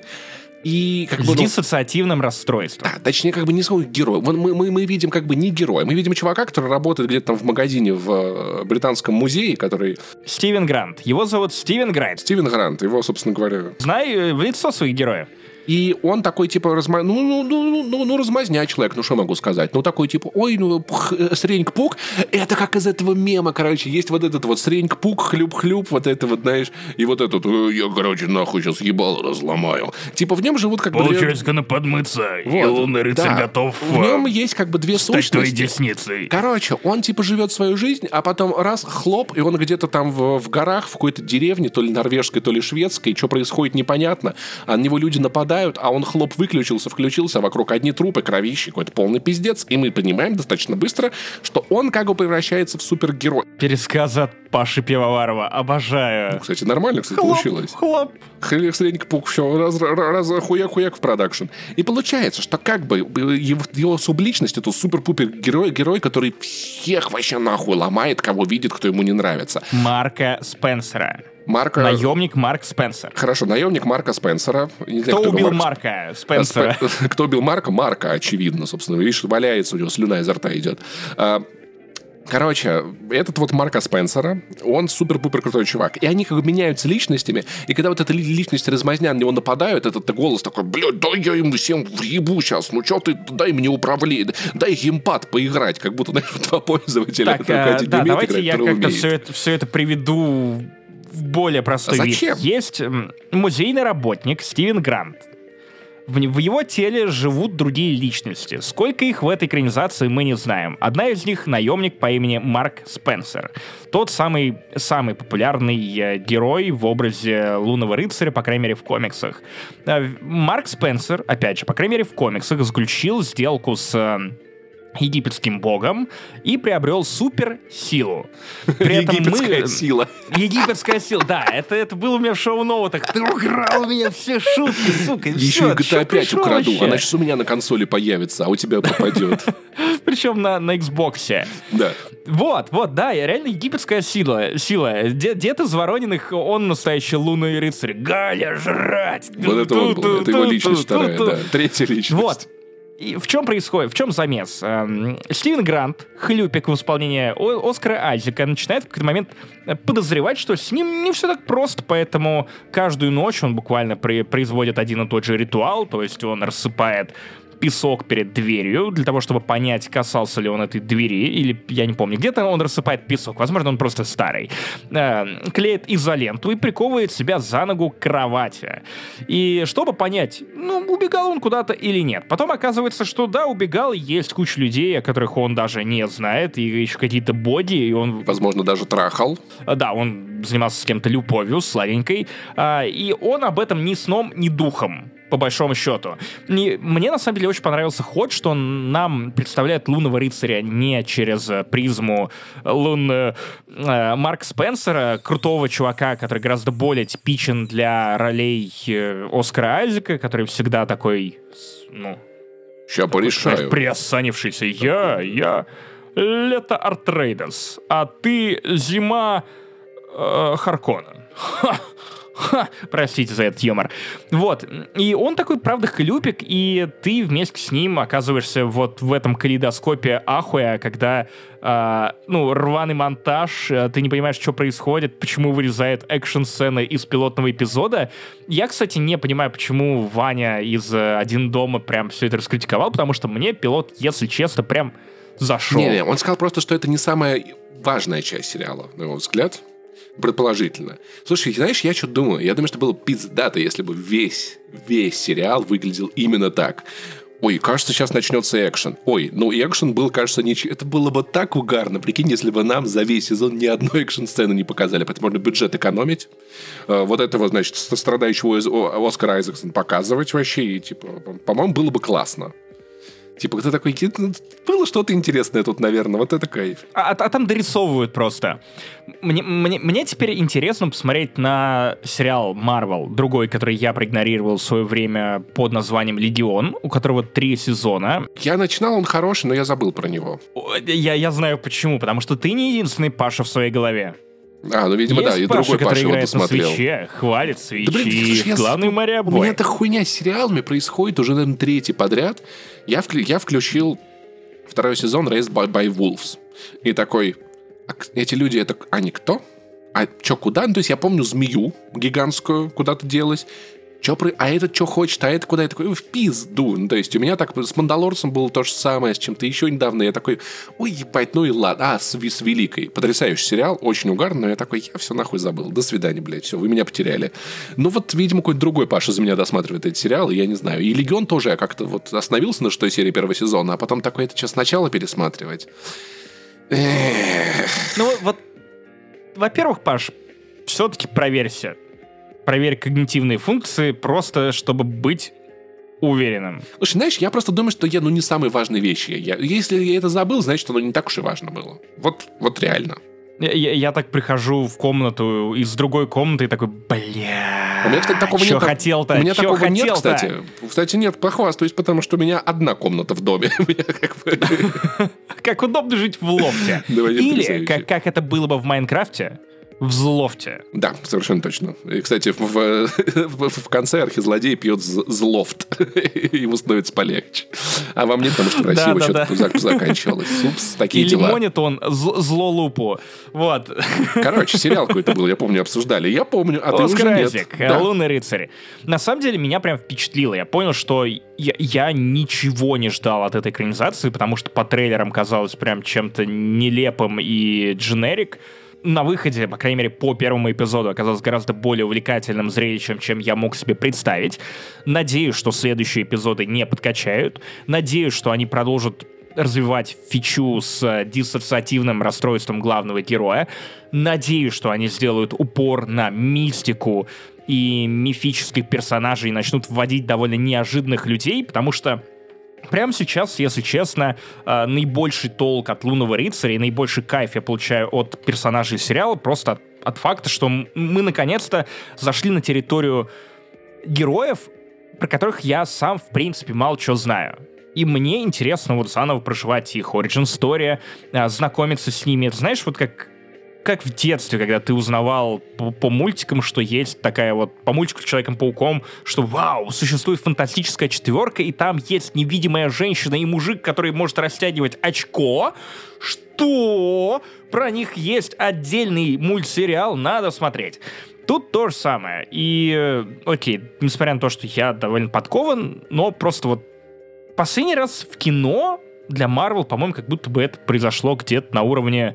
и как с бы, ну, диссоциативным расстройством. Да, точнее, как бы не свой герой. Мы, мы, мы видим как бы не героя. Мы видим чувака, который работает где-то там в магазине в Британском музее, который... Стивен Грант. Его зовут Стивен Грант. Стивен Грант. Его, собственно говоря... Знай в лицо своих героев. И он такой, типа, разма... ну, ну, ну, ну, ну, размазня человек, ну, что могу сказать? Ну, такой, типа, ой, ну, пх, среньк-пук, это как из этого мема, короче, есть вот этот вот среньк-пук, хлюп-хлюп, вот это вот, знаешь, и вот этот, я, короче, нахуй сейчас ебало разломаю. Типа, в нем живут как бы... Получается, надо подмыться, вот, и Лунный рыцарь да. готов... В нем есть как бы две стать сущности. Твоей десницей. Короче, он, типа, живет свою жизнь, а потом раз, хлоп, и он где-то там в, в горах, в какой-то деревне, то ли норвежской, то ли шведской, что происходит, непонятно, а на него люди нападают, нападают, а он хлоп выключился, включился, а вокруг одни трупы, кровищи, какой-то полный пиздец, и мы понимаем достаточно быстро, что он как бы превращается в супергерой. Пересказы от Паши Пивоварова. Обожаю. Ну, кстати, нормально, кстати, хлоп, получилось. Хлоп. Средненько пук, все, раз, раз, хуяк-хуяк в продакшн. И получается, что как бы его, его субличность, это супер-пупер герой, герой, который всех вообще нахуй ломает, кого видит, кто ему не нравится. Марка Спенсера. Марка... Наемник Марк Спенсер. Хорошо, наемник Марка Спенсера. Не кто знаю, убил Марк... Марка Спенсера? Спен... Кто убил Марка? Марка, очевидно, собственно. Видишь, валяется, у него слюна изо рта идет. Короче, этот вот Марка Спенсера, он супер-пупер крутой чувак. И они как бы меняются личностями. И когда вот эта личность размазня на него нападают, этот голос такой: блядь, дай я им всем въебу сейчас. Ну что ты, дай мне управление. Дай геймпад поиграть. Как будто, знаешь, два пользователя. Так, а, да, давайте играть, я как-то все это, все это приведу в более простой а вид. зачем? Есть музейный работник Стивен Грант. В, в его теле живут другие личности. Сколько их в этой экранизации, мы не знаем. Одна из них — наемник по имени Марк Спенсер. Тот самый, самый популярный э, герой в образе лунного рыцаря, по крайней мере, в комиксах. Э, Марк Спенсер, опять же, по крайней мере, в комиксах заключил сделку с... Э, египетским богом и приобрел суперсилу. При этом Египетская мы... сила. Египетская сила, да. Это, это было у меня в шоу-ноутах. Ты украл у меня все шутки, сука. Еще и джи ти эй пять украду. Она сейчас у меня на консоли появится, а у тебя пропадет. Причем на, на Xbox. Да. Вот, вот, да, реально египетская сила. сила. Дед из Ворониных, он настоящий лунный рыцарь. Галя жрать! Вот это он был. Это его личность вторая, да. Третья личность. Вот. И в чем происходит, в чем замес? Эм, Стивен Грант, хлюпик в исполнении О- Оскара Айзека, начинает в какой-то момент подозревать, что с ним не все так просто, поэтому каждую ночь он буквально при- производит один и тот же ритуал, то есть он рассыпает песок перед дверью, для того, чтобы понять, касался ли он этой двери, или, я не помню, где-то он рассыпает песок, возможно, он просто старый, э, клеит изоленту и приковывает себя за ногу к кровати. И чтобы понять, ну, убегал он куда-то или нет. Потом оказывается, что да, убегал, есть куча людей, о которых он даже не знает, и еще какие-то боди, и он... Возможно, даже трахал. Да, он занимался с кем-то любовью, сладенькой, э, и он об этом ни сном, ни духом, по большому счету. И мне, на самом деле, очень понравился ход, что он нам представляет лунного рыцаря не через призму лунную э, Марка Спенсера, крутого чувака, который гораздо более типичен для ролей э, Оскара Айзека, который всегда такой, ну... Ща порешаю. Приосанившийся. Я, я... Лето Артрейдес, а ты зима э, Харконнен. Ха! Ха, простите за этот юмор. Вот. И он такой, правда, хлюпик, и ты вместе с ним оказываешься вот в этом калейдоскопе ахуя, когда, э, ну, рваный монтаж, э, ты не понимаешь, что происходит, почему вырезают экшн-сцены из пилотного эпизода. Я, кстати, не понимаю, почему Ваня из «Один дома» прям все это раскритиковал, потому что мне пилот, если честно, прям зашел. Не-не, он сказал просто, что это не самая важная часть сериала, на его взгляд. Предположительно. Слушай, знаешь, я что-то думаю. Я думаю, что было пиздато, если бы весь, весь сериал выглядел именно так. Ой, кажется, сейчас начнется экшен. Ой, ну экшен был, кажется, ничего. Это было бы так угарно. Прикинь, если бы нам за весь сезон ни одной экшн-сцены не показали. Поэтому можно бюджет экономить. Вот этого, значит, страдающего Оскара Айзексон показывать вообще. И, типа, по-моему, было бы классно. Типа, ты такой, было что-то интересное тут, наверное, вот это кайф. А, а там дорисовывают просто. Мне, мне, мне теперь интересно посмотреть на сериал Marvel, другой, который я проигнорировал в свое время под названием «Легион», у которого три сезона. Я начинал, он хороший, но я забыл про него. Я, я знаю почему, потому что ты не единственный Паша в своей голове. А, ну, видимо, есть да, и Паша, другой Паша его досмотрел. На свече, хвалит свечи, да, блин, слушай, главный я... морябой. У меня эта хуйня с сериалами происходит уже, наверное, третий подряд. Я, вклю... я включил второй сезон Raised by, by Wolves. И такой, а эти люди, это они кто? А чё, куда? Ну, то есть я помню змею гигантскую куда-то делась. Чё про... А этот что хочет, а это куда? Я такой, в пизду. Ну, то есть у меня так с Мандалорцем было то же самое, с чем-то еще недавно. Я такой, ой, ебать, ну и ладно. А, с, с Великой. Потрясающий сериал, очень угарный, но я такой, я все нахуй забыл. До свидания, блядь, все, вы меня потеряли. Ну вот, видимо, какой-то другой Паша за меня досматривает эти сериалы, я не знаю. И Легион тоже я как-то вот остановился на шестой серии первого сезона, а потом такой, это сейчас сначала пересматривать. Эх. Ну вот, во-первых, Паш, все-таки проверься. Проверь когнитивные функции, просто чтобы быть уверенным. Слушай, знаешь, я просто думаю, что я, ну, не самые важные вещи. Я, если я это забыл, значит, оно не так уж и важно было. Вот, вот реально. Я, я, я так прихожу в комнату из другой комнаты и такой, бля, у меня, кстати, такого чё нет. хотел-то? У меня чё такого хотел-то? нет, кстати. Кстати, нет, похвастаюсь, потому что у меня одна комната в доме. Как удобно жить в лофте. Или, как, как это было бы в Майнкрафте, в злофте. Да, совершенно точно. И, кстати, в, в, в конце архизлодей пьет злофт. Ему становится полегче. А вам нет, потому что в России да, его да, что-то да. заканчивалось. Супс, такие и дела. И лимонит он зло лупу. Вот. Короче, сериал какой-то был, я помню, обсуждали. Я помню, а ты Оскар уже Айзек, нет. Да. «Лунный рыцарь». На самом деле, меня прям впечатлило. Я понял, что я, я ничего не ждал от этой экранизации, потому что по трейлерам казалось прям чем-то нелепым и дженерик. На выходе, по крайней мере, по первому эпизоду оказалось гораздо более увлекательным зрелищем, чем я мог себе представить. Надеюсь, что следующие эпизоды не подкачают. Надеюсь, что они продолжат развивать фичу с диссоциативным расстройством главного героя. Надеюсь, что они сделают упор на мистику и мифических персонажей и начнут вводить довольно неожиданных людей, потому что прямо сейчас, если честно, э, наибольший толк от «Лунного рыцаря» и наибольший кайф я получаю от персонажей сериала просто от, от факта, что мы наконец-то зашли на территорию героев, про которых я сам, в принципе, мало чего знаю. И мне интересно вот заново проживать их origin story, э, знакомиться с ними. Знаешь, вот как... Как в детстве, когда ты узнавал по, по мультикам, что есть такая вот, по мультику с Человеком-пауком, что вау, существует фантастическая четверка, и там есть невидимая женщина и мужик, который может растягивать очко. Что? Про них есть отдельный мультсериал, надо смотреть. Тут то же самое. И, окей, несмотря на то, что я довольно подкован, но просто вот последний раз в кино для Marvel, по-моему, как будто бы это произошло где-то на уровне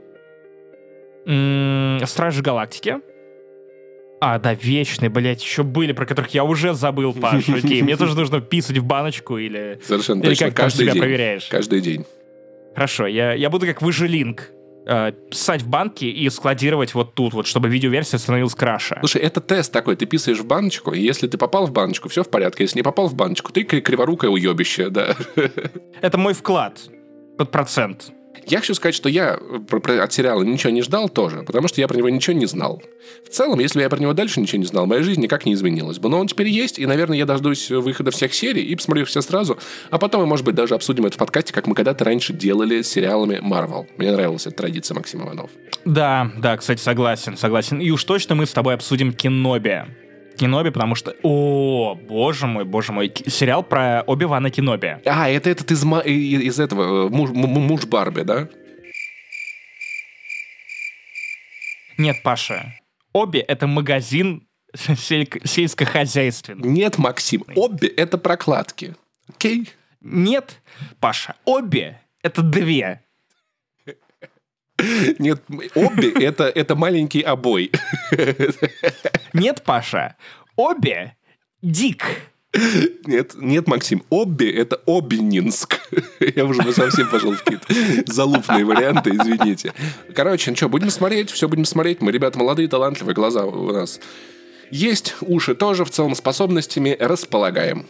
Стражи Галактики. А, да, Вечные, блядь, еще были, про которых я уже забыл, Паш. Окей, мне тоже нужно писать в баночку или... Совершенно или точно. как ты себя день. проверяешь? Каждый день. Хорошо, я, я буду как Выжилинк. Э, писать в банке и складировать вот тут, вот, чтобы видеоверсия становилась краше. Слушай, это тест такой. Ты писаешь в баночку, и если ты попал в баночку, все в порядке. Если не попал в баночку, ты криворукое уебище, да. Это мой вклад под процент. Я хочу сказать, что я от сериала ничего не ждал тоже, потому что я про него ничего не знал. В целом, если бы я про него дальше ничего не знал, моя жизнь никак не изменилась бы. Но он теперь есть, и, наверное, я дождусь выхода всех серий и посмотрю их все сразу. А потом мы, может быть, даже обсудим это в подкасте, как мы когда-то раньше делали с сериалами Marvel. Мне нравилась эта традиция, Максим Иванов. Да, да, кстати, согласен, согласен. И уж точно мы с тобой обсудим Кеноби. Кеноби, потому что... О, боже мой, боже мой. Сериал про Оби-Вана Кеноби. А, это этот из, из этого, муж, муж Барби, да? Нет, Паша. Оби — это магазин сель- сельскохозяйственный. Нет, Максим, Оби — это прокладки. Окей? Нет, Паша, Оби — это две. Нет, Оби — это, это маленький обой. Нет, Паша, Оби — Дик. Нет, нет, Максим, Обби — это Обининск. Я уже совсем пошел в какие-то залупные варианты, извините. Короче, ну что, будем смотреть, все будем смотреть. Мы, ребята, молодые, талантливые, глаза у нас есть, уши тоже, в целом способностями располагаем.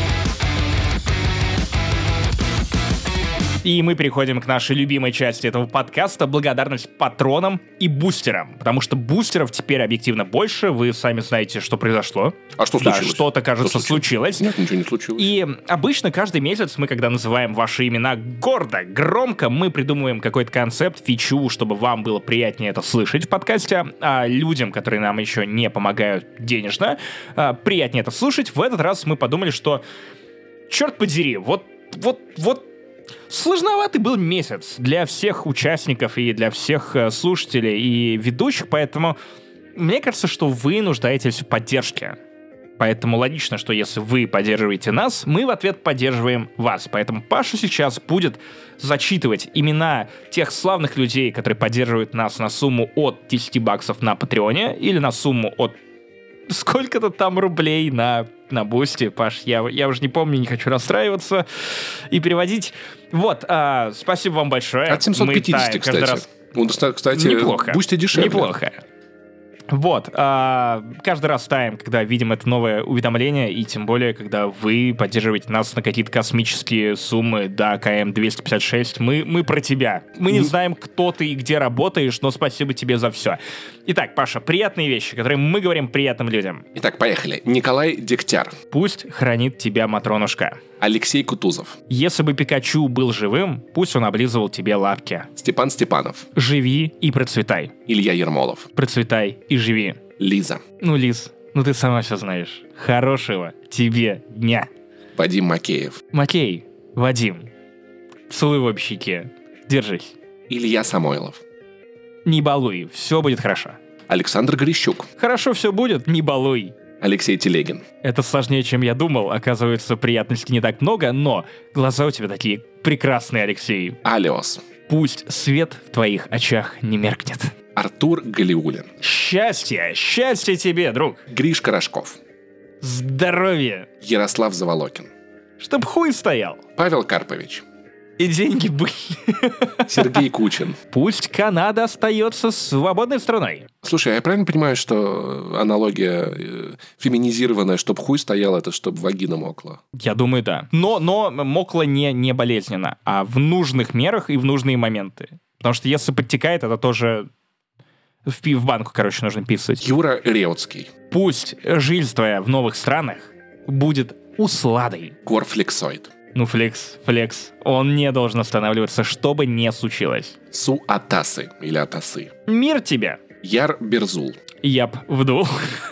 И мы переходим к нашей любимой части этого подкаста — благодарность патронам и бустерам. Потому что бустеров теперь объективно больше. Вы сами знаете, что произошло. А что случилось? Да, что-то, кажется, что случилось? случилось. Нет, ничего не случилось. И обычно каждый месяц мы, когда называем ваши имена гордо, громко, мы придумываем какой-то концепт, фичу, чтобы вам было приятнее это слышать в подкасте. А людям, которые нам еще не помогают денежно, приятнее это слушать. В этот раз мы подумали, что, черт подери, вот, вот, вот, сложноватый был месяц для всех участников и для всех э, слушателей и ведущих, поэтому мне кажется, что вы нуждаетесь в поддержке. Поэтому логично, что если вы поддерживаете нас, мы в ответ поддерживаем вас. Поэтому Паша сейчас будет зачитывать имена тех славных людей, которые поддерживают нас на сумму от десять баксов на Патреоне или на сумму от сколько-то там рублей на, на Бусти. Паш, я, я уже не помню, не хочу расстраиваться и переводить. Вот, а, спасибо вам большое. От семьсот пятьдесят, Мы, да, кстати. Раз... Ну, кстати, неплохо. Бусти дешевле. Неплохо. Вот, а, каждый раз ставим, когда видим это новое уведомление, и тем более, когда вы поддерживаете нас на какие-то космические суммы, да, КМ двести пятьдесят шесть, мы, мы про тебя. Мы не знаем, кто ты и где работаешь, но спасибо тебе за все. Итак, Паша, приятные вещи, которые мы говорим приятным людям. Итак, поехали. Николай Дегтяр. Пусть хранит тебя Матронушка. Алексей Кутузов. Если бы Пикачу был живым, пусть он облизывал тебе лапки. Степан Степанов. Живи и процветай. Илья Ермолов. Процветай и живи. Лиза. Ну, Лиз, ну ты сама все знаешь. Хорошего тебе дня. Вадим Макеев. Макей, Вадим, целуй в обе щеки. Держись. Илья Самойлов. Не балуй, все будет хорошо. Александр Горищук. Хорошо все будет, не балуй. Алексей Телегин. Это сложнее, чем я думал. Оказывается, приятностей не так много, но глаза у тебя такие прекрасные, Алексей. Алиос. Пусть свет в твоих очах не меркнет. Артур Галиулин. Счастье, счастье тебе, друг. Гришка Рожков. Здоровье. Ярослав Заволокин. Чтоб хуй стоял. Павел Карпович. И деньги были. Сергей Кучин. Пусть Канада остается свободной страной. Слушай, а я правильно понимаю, что аналогия э, феминизированная, чтоб хуй стоял, это чтоб вагина мокла? Я думаю, да. Но, но мокла не, не болезненно, а в нужных мерах и в нужные моменты. Потому что если подтекает, это тоже в, пи- в банку, короче, нужно писать. Юра Реутский. Пусть жизнь твоя в новых странах будет усладой. Горфлексоид. Ну, флекс, флекс. Он не должен останавливаться, что бы ни случилось. Су Атасы или Атасы. Мир тебе. Яр Берзул. Я б вдул.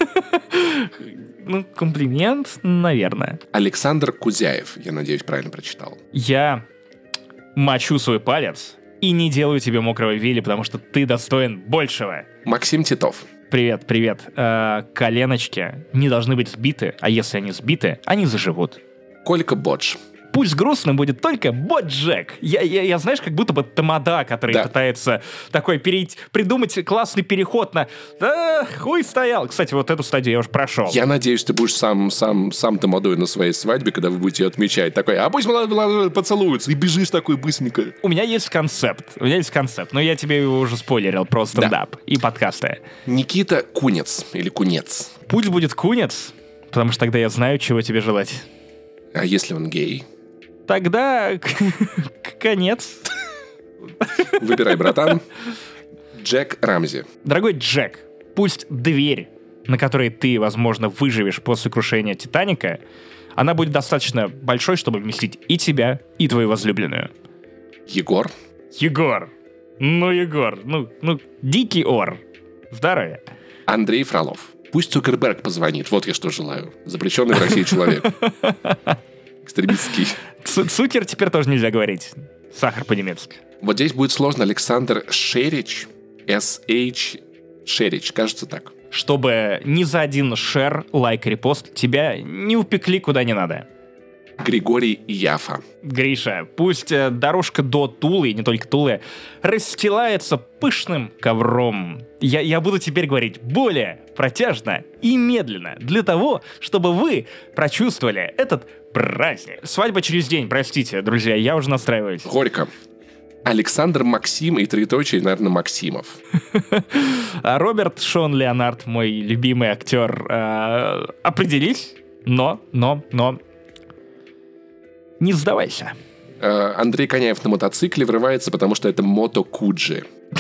Ну, комплимент, наверное. Александр Кузяев. Я надеюсь, правильно прочитал. Я мочу свой палец и не делаю тебе мокрого вилли, потому что ты достоин большего. Максим Титов. Привет, привет. Э, коленочки не должны быть сбиты, а если они сбиты, они заживут. Колька Бодж. Пусть грустным будет только Боджек. Я, я, я знаешь, как будто бы тамада, который Да. пытается такой перейти, придумать классный переход на «Да, хуй стоял». Кстати, вот эту стадию я уже прошел. Я надеюсь, ты будешь сам, сам, сам тамадой на своей свадьбе, когда вы будете ее отмечать. Такой, а пусть молодые поцелуются. И бежишь такой быстренько. У меня есть концепт. У меня есть концепт, но я тебе его уже спойлерил про стендап и подкасты. Никита Кунец. Или Кунец. Пусть будет кунец, потому что тогда я знаю, чего тебе желать. А если он гей? Тогда конец. Выбирай, братан. Джек Рамзи. Дорогой Джек, пусть дверь, на которой ты, возможно, выживешь после крушения Титаника, она будет достаточно большой, чтобы вместить и тебя, и твою возлюбленную. Егор. Егор. Ну, Егор. Ну, ну дикий ор. Здоровья. Андрей Фролов. Пусть Цукерберг позвонит. Вот я что желаю. Запрещенный в России человек. Экстремистский. Ц- Цукер теперь тоже нельзя говорить. Сахар по-немецки. Вот здесь будет сложно. Александр Шерич. эс эйч Шерич. Кажется так. Чтобы ни за один шер, лайк и репост тебя не упекли куда не надо. Григорий Яфа. Гриша, пусть э, дорожка до Тулы, и не только Тулы, расстилается пышным ковром. Я, я буду теперь говорить более протяжно и медленно, для того, чтобы вы прочувствовали этот праздник. Свадьба через день, простите, друзья, я уже настраиваюсь. Горько. Александр Максим и троеточие, наверное, Максимов. А Роберт Шон Леонард, мой любимый актер, э, определись, но, но, но... Не сдавайся. Э, Андрей Коняев на мотоцикле врывается, потому что это Мото Куджи.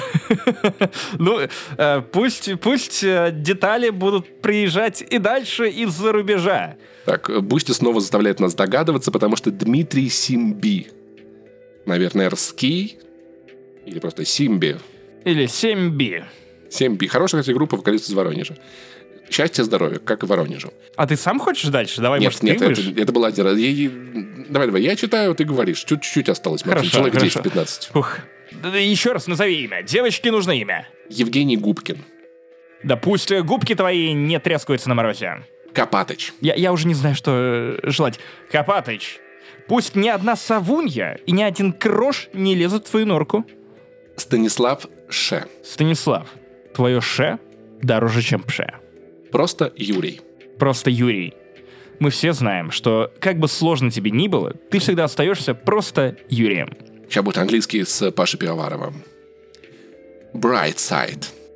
Ну, э, пусть, пусть э, детали будут приезжать и дальше из-за рубежа. Так, Бусти снова заставляет нас догадываться, потому что Дмитрий Симби. Наверное, Рский. Или просто Симби. Или семь би. Симби. Хорошая, кстати, группа, вокалист из Воронежа. Счастья, здоровья, как и Воронежу. А ты сам хочешь дальше? Давай, Нет, может, нет, ты это, будешь? это была один раз. Я- я- Давай, давай, я читаю, ты говоришь. Чуть- Чуть-чуть осталось. Максим. Хорошо, Человек хорошо. десять-пятнадцать. Ух. Да, да, еще раз назови имя. Девочке нужно имя. Евгений Губкин. Да пусть э, губки твои не трескаются на морозе. Копатыч. Я, я уже не знаю, что э, желать. Копатыч, пусть ни одна совунья и ни один крош не лезут в твою норку. Станислав Ше. Станислав, твое ше дороже, чем пше. Просто Юрий. Просто Юрий. Мы все знаем, что как бы сложно тебе ни было, ты всегда остаешься просто Юрием. Сейчас будет английский с Пашей Пивоваровым. Bright Side.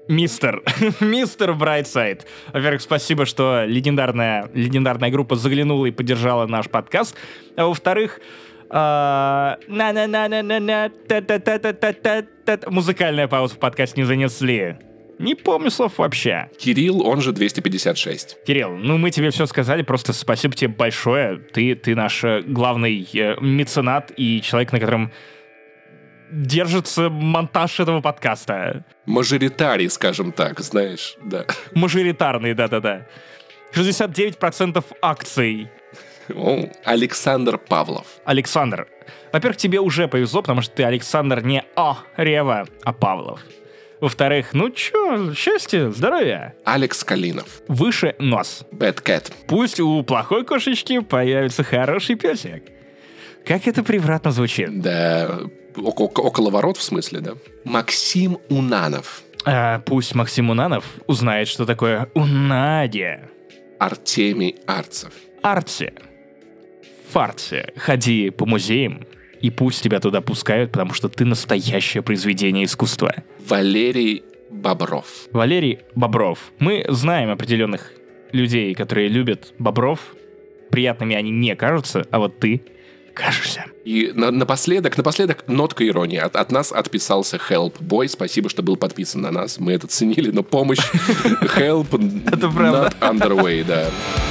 Мистер, мистер Брайтсайд. Во-первых, спасибо, что легендарная, легендарная группа заглянула и поддержала наш подкаст. А во-вторых, на-на-на-на-на-на, та-та-та-та-та-та-та. Музыкальная пауза в подкасте не занесли. Не помню слов вообще. Кирилл, он же двести пятьдесят шесть. Кирилл, ну мы тебе все сказали, просто спасибо тебе большое. Ты, ты наш э, главный э, меценат и человек, на котором держится монтаж этого подкаста. Мажоритарий, скажем так, знаешь, да. Мажоритарный, да-да-да. шестьдесят девять процентов акций. О, Александр Павлов. Александр. Во-первых, тебе уже повезло, потому что ты Александр не О. Рева, а Павлов. Во-вторых, ну чё, счастье, здоровья. Алекс Калинов. Выше нос. Bad Cat. Пусть у плохой кошечки появится хороший песик. Как это превратно звучит. Да, около, около ворот в смысле, да. Максим Унанов. А, пусть Максим Унанов узнает, что такое Унадия. Артемий Арцев. Арти. Фарти. Ходи по музеям, и пусть тебя туда пускают, потому что ты настоящее произведение искусства. Валерий Бобров. Валерий Бобров. Мы знаем определенных людей, которые любят бобров. Приятными они не кажутся, а вот ты кажешься. И на, напоследок, напоследок нотка иронии. От, от нас отписался Help Boy. Спасибо, что был подписан на нас. Мы это ценили, но помощь Help not underway, да.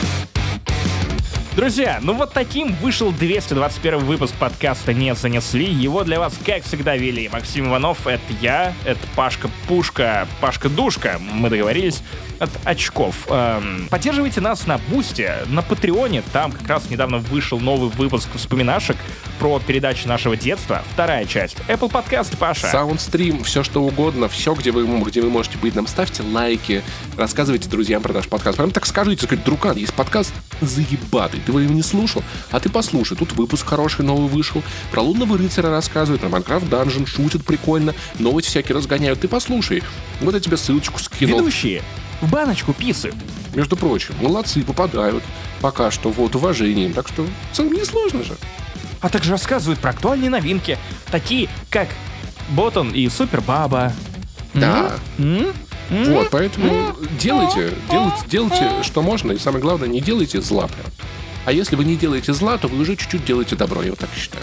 Друзья, ну вот таким вышел двести двадцать первый выпуск подкаста «Не занесли». Его для вас, как всегда, вели Максим Иванов, это я, это Пашка Пушка, Пашка Душка, мы договорились, от очков. Эм, поддерживайте нас на Бусте, на Патреоне, там как раз недавно вышел новый выпуск вспоминашек про передачи нашего детства, вторая часть. Apple Podcast, Паша. Саундстрим, все что угодно, все, где вы, где вы можете быть нам, ставьте лайки, рассказывайте друзьям про наш подкаст. Прям так скажите, скажите, друган, есть подкаст заебатый, ты его не слушал, а ты послушай, тут выпуск хороший новый вышел, про лунного рыцаря рассказывают, про Майнкрафт Данжен, шутят прикольно, новости всякие разгоняют, ты послушай. Вот я тебе ссылочку скинул. Ведущие в баночку писают. Между прочим, молодцы, попадают. Пока что, вот, уважением. Так что, в целом, не сложно же. А также рассказывают про актуальные новинки, такие как Ботан и Супербаба. Да. М? М? Вот, поэтому делайте, делайте, делайте, что можно, и самое главное, не делайте зла прям. А если вы не делаете зла, то вы уже чуть-чуть делаете добро, я вот так считаю.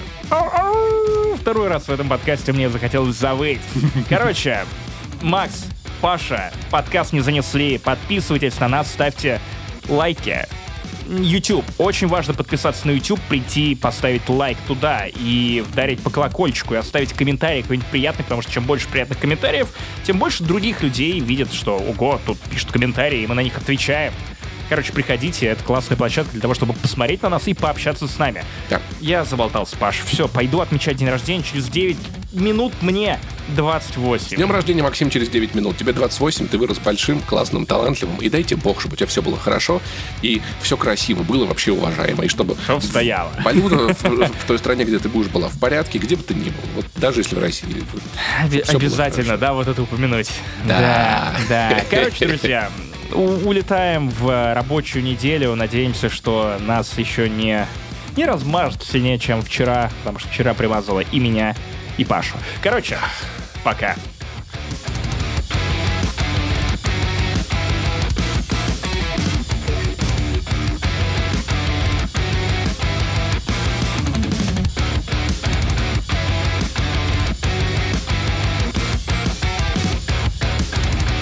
Второй раз в этом подкасте мне захотелось завыть. Короче, Макс, Паша, подкаст «Не занесли». Подписывайтесь на нас, ставьте лайки. YouTube. Очень важно подписаться на YouTube, прийти, поставить лайк туда и вдарить по колокольчику и оставить комментарий какой-нибудь приятный, потому что чем больше приятных комментариев, тем больше других людей видят, что ого, тут пишут комментарии, и мы на них отвечаем. Короче, приходите, это классная площадка для того, чтобы посмотреть на нас и пообщаться с нами. Да. Я заболтался, Паш. Все, пойду отмечать день рождения. Через девять минут мне двадцать восемь. С днем рождения, Максим, через девять минут. Тебе двадцать восемь, ты вырос большим, классным, талантливым. И дайте бог, чтобы у тебя все было хорошо, и все красиво было, вообще уважаемо. И чтобы Чтоб стояло. валюта в, в той стране, где ты будешь, была в порядке, где бы ты ни был. Вот даже если в России. Оби- обязательно, да, вот это упомянуть. Да. Да, да. Короче, друзья, у- улетаем в рабочую неделю. Надеемся, что нас еще не, не размажет сильнее, чем вчера, потому что вчера примазало и меня, и Пашу. Короче, пока.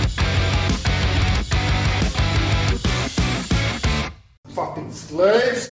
Fucking slaves!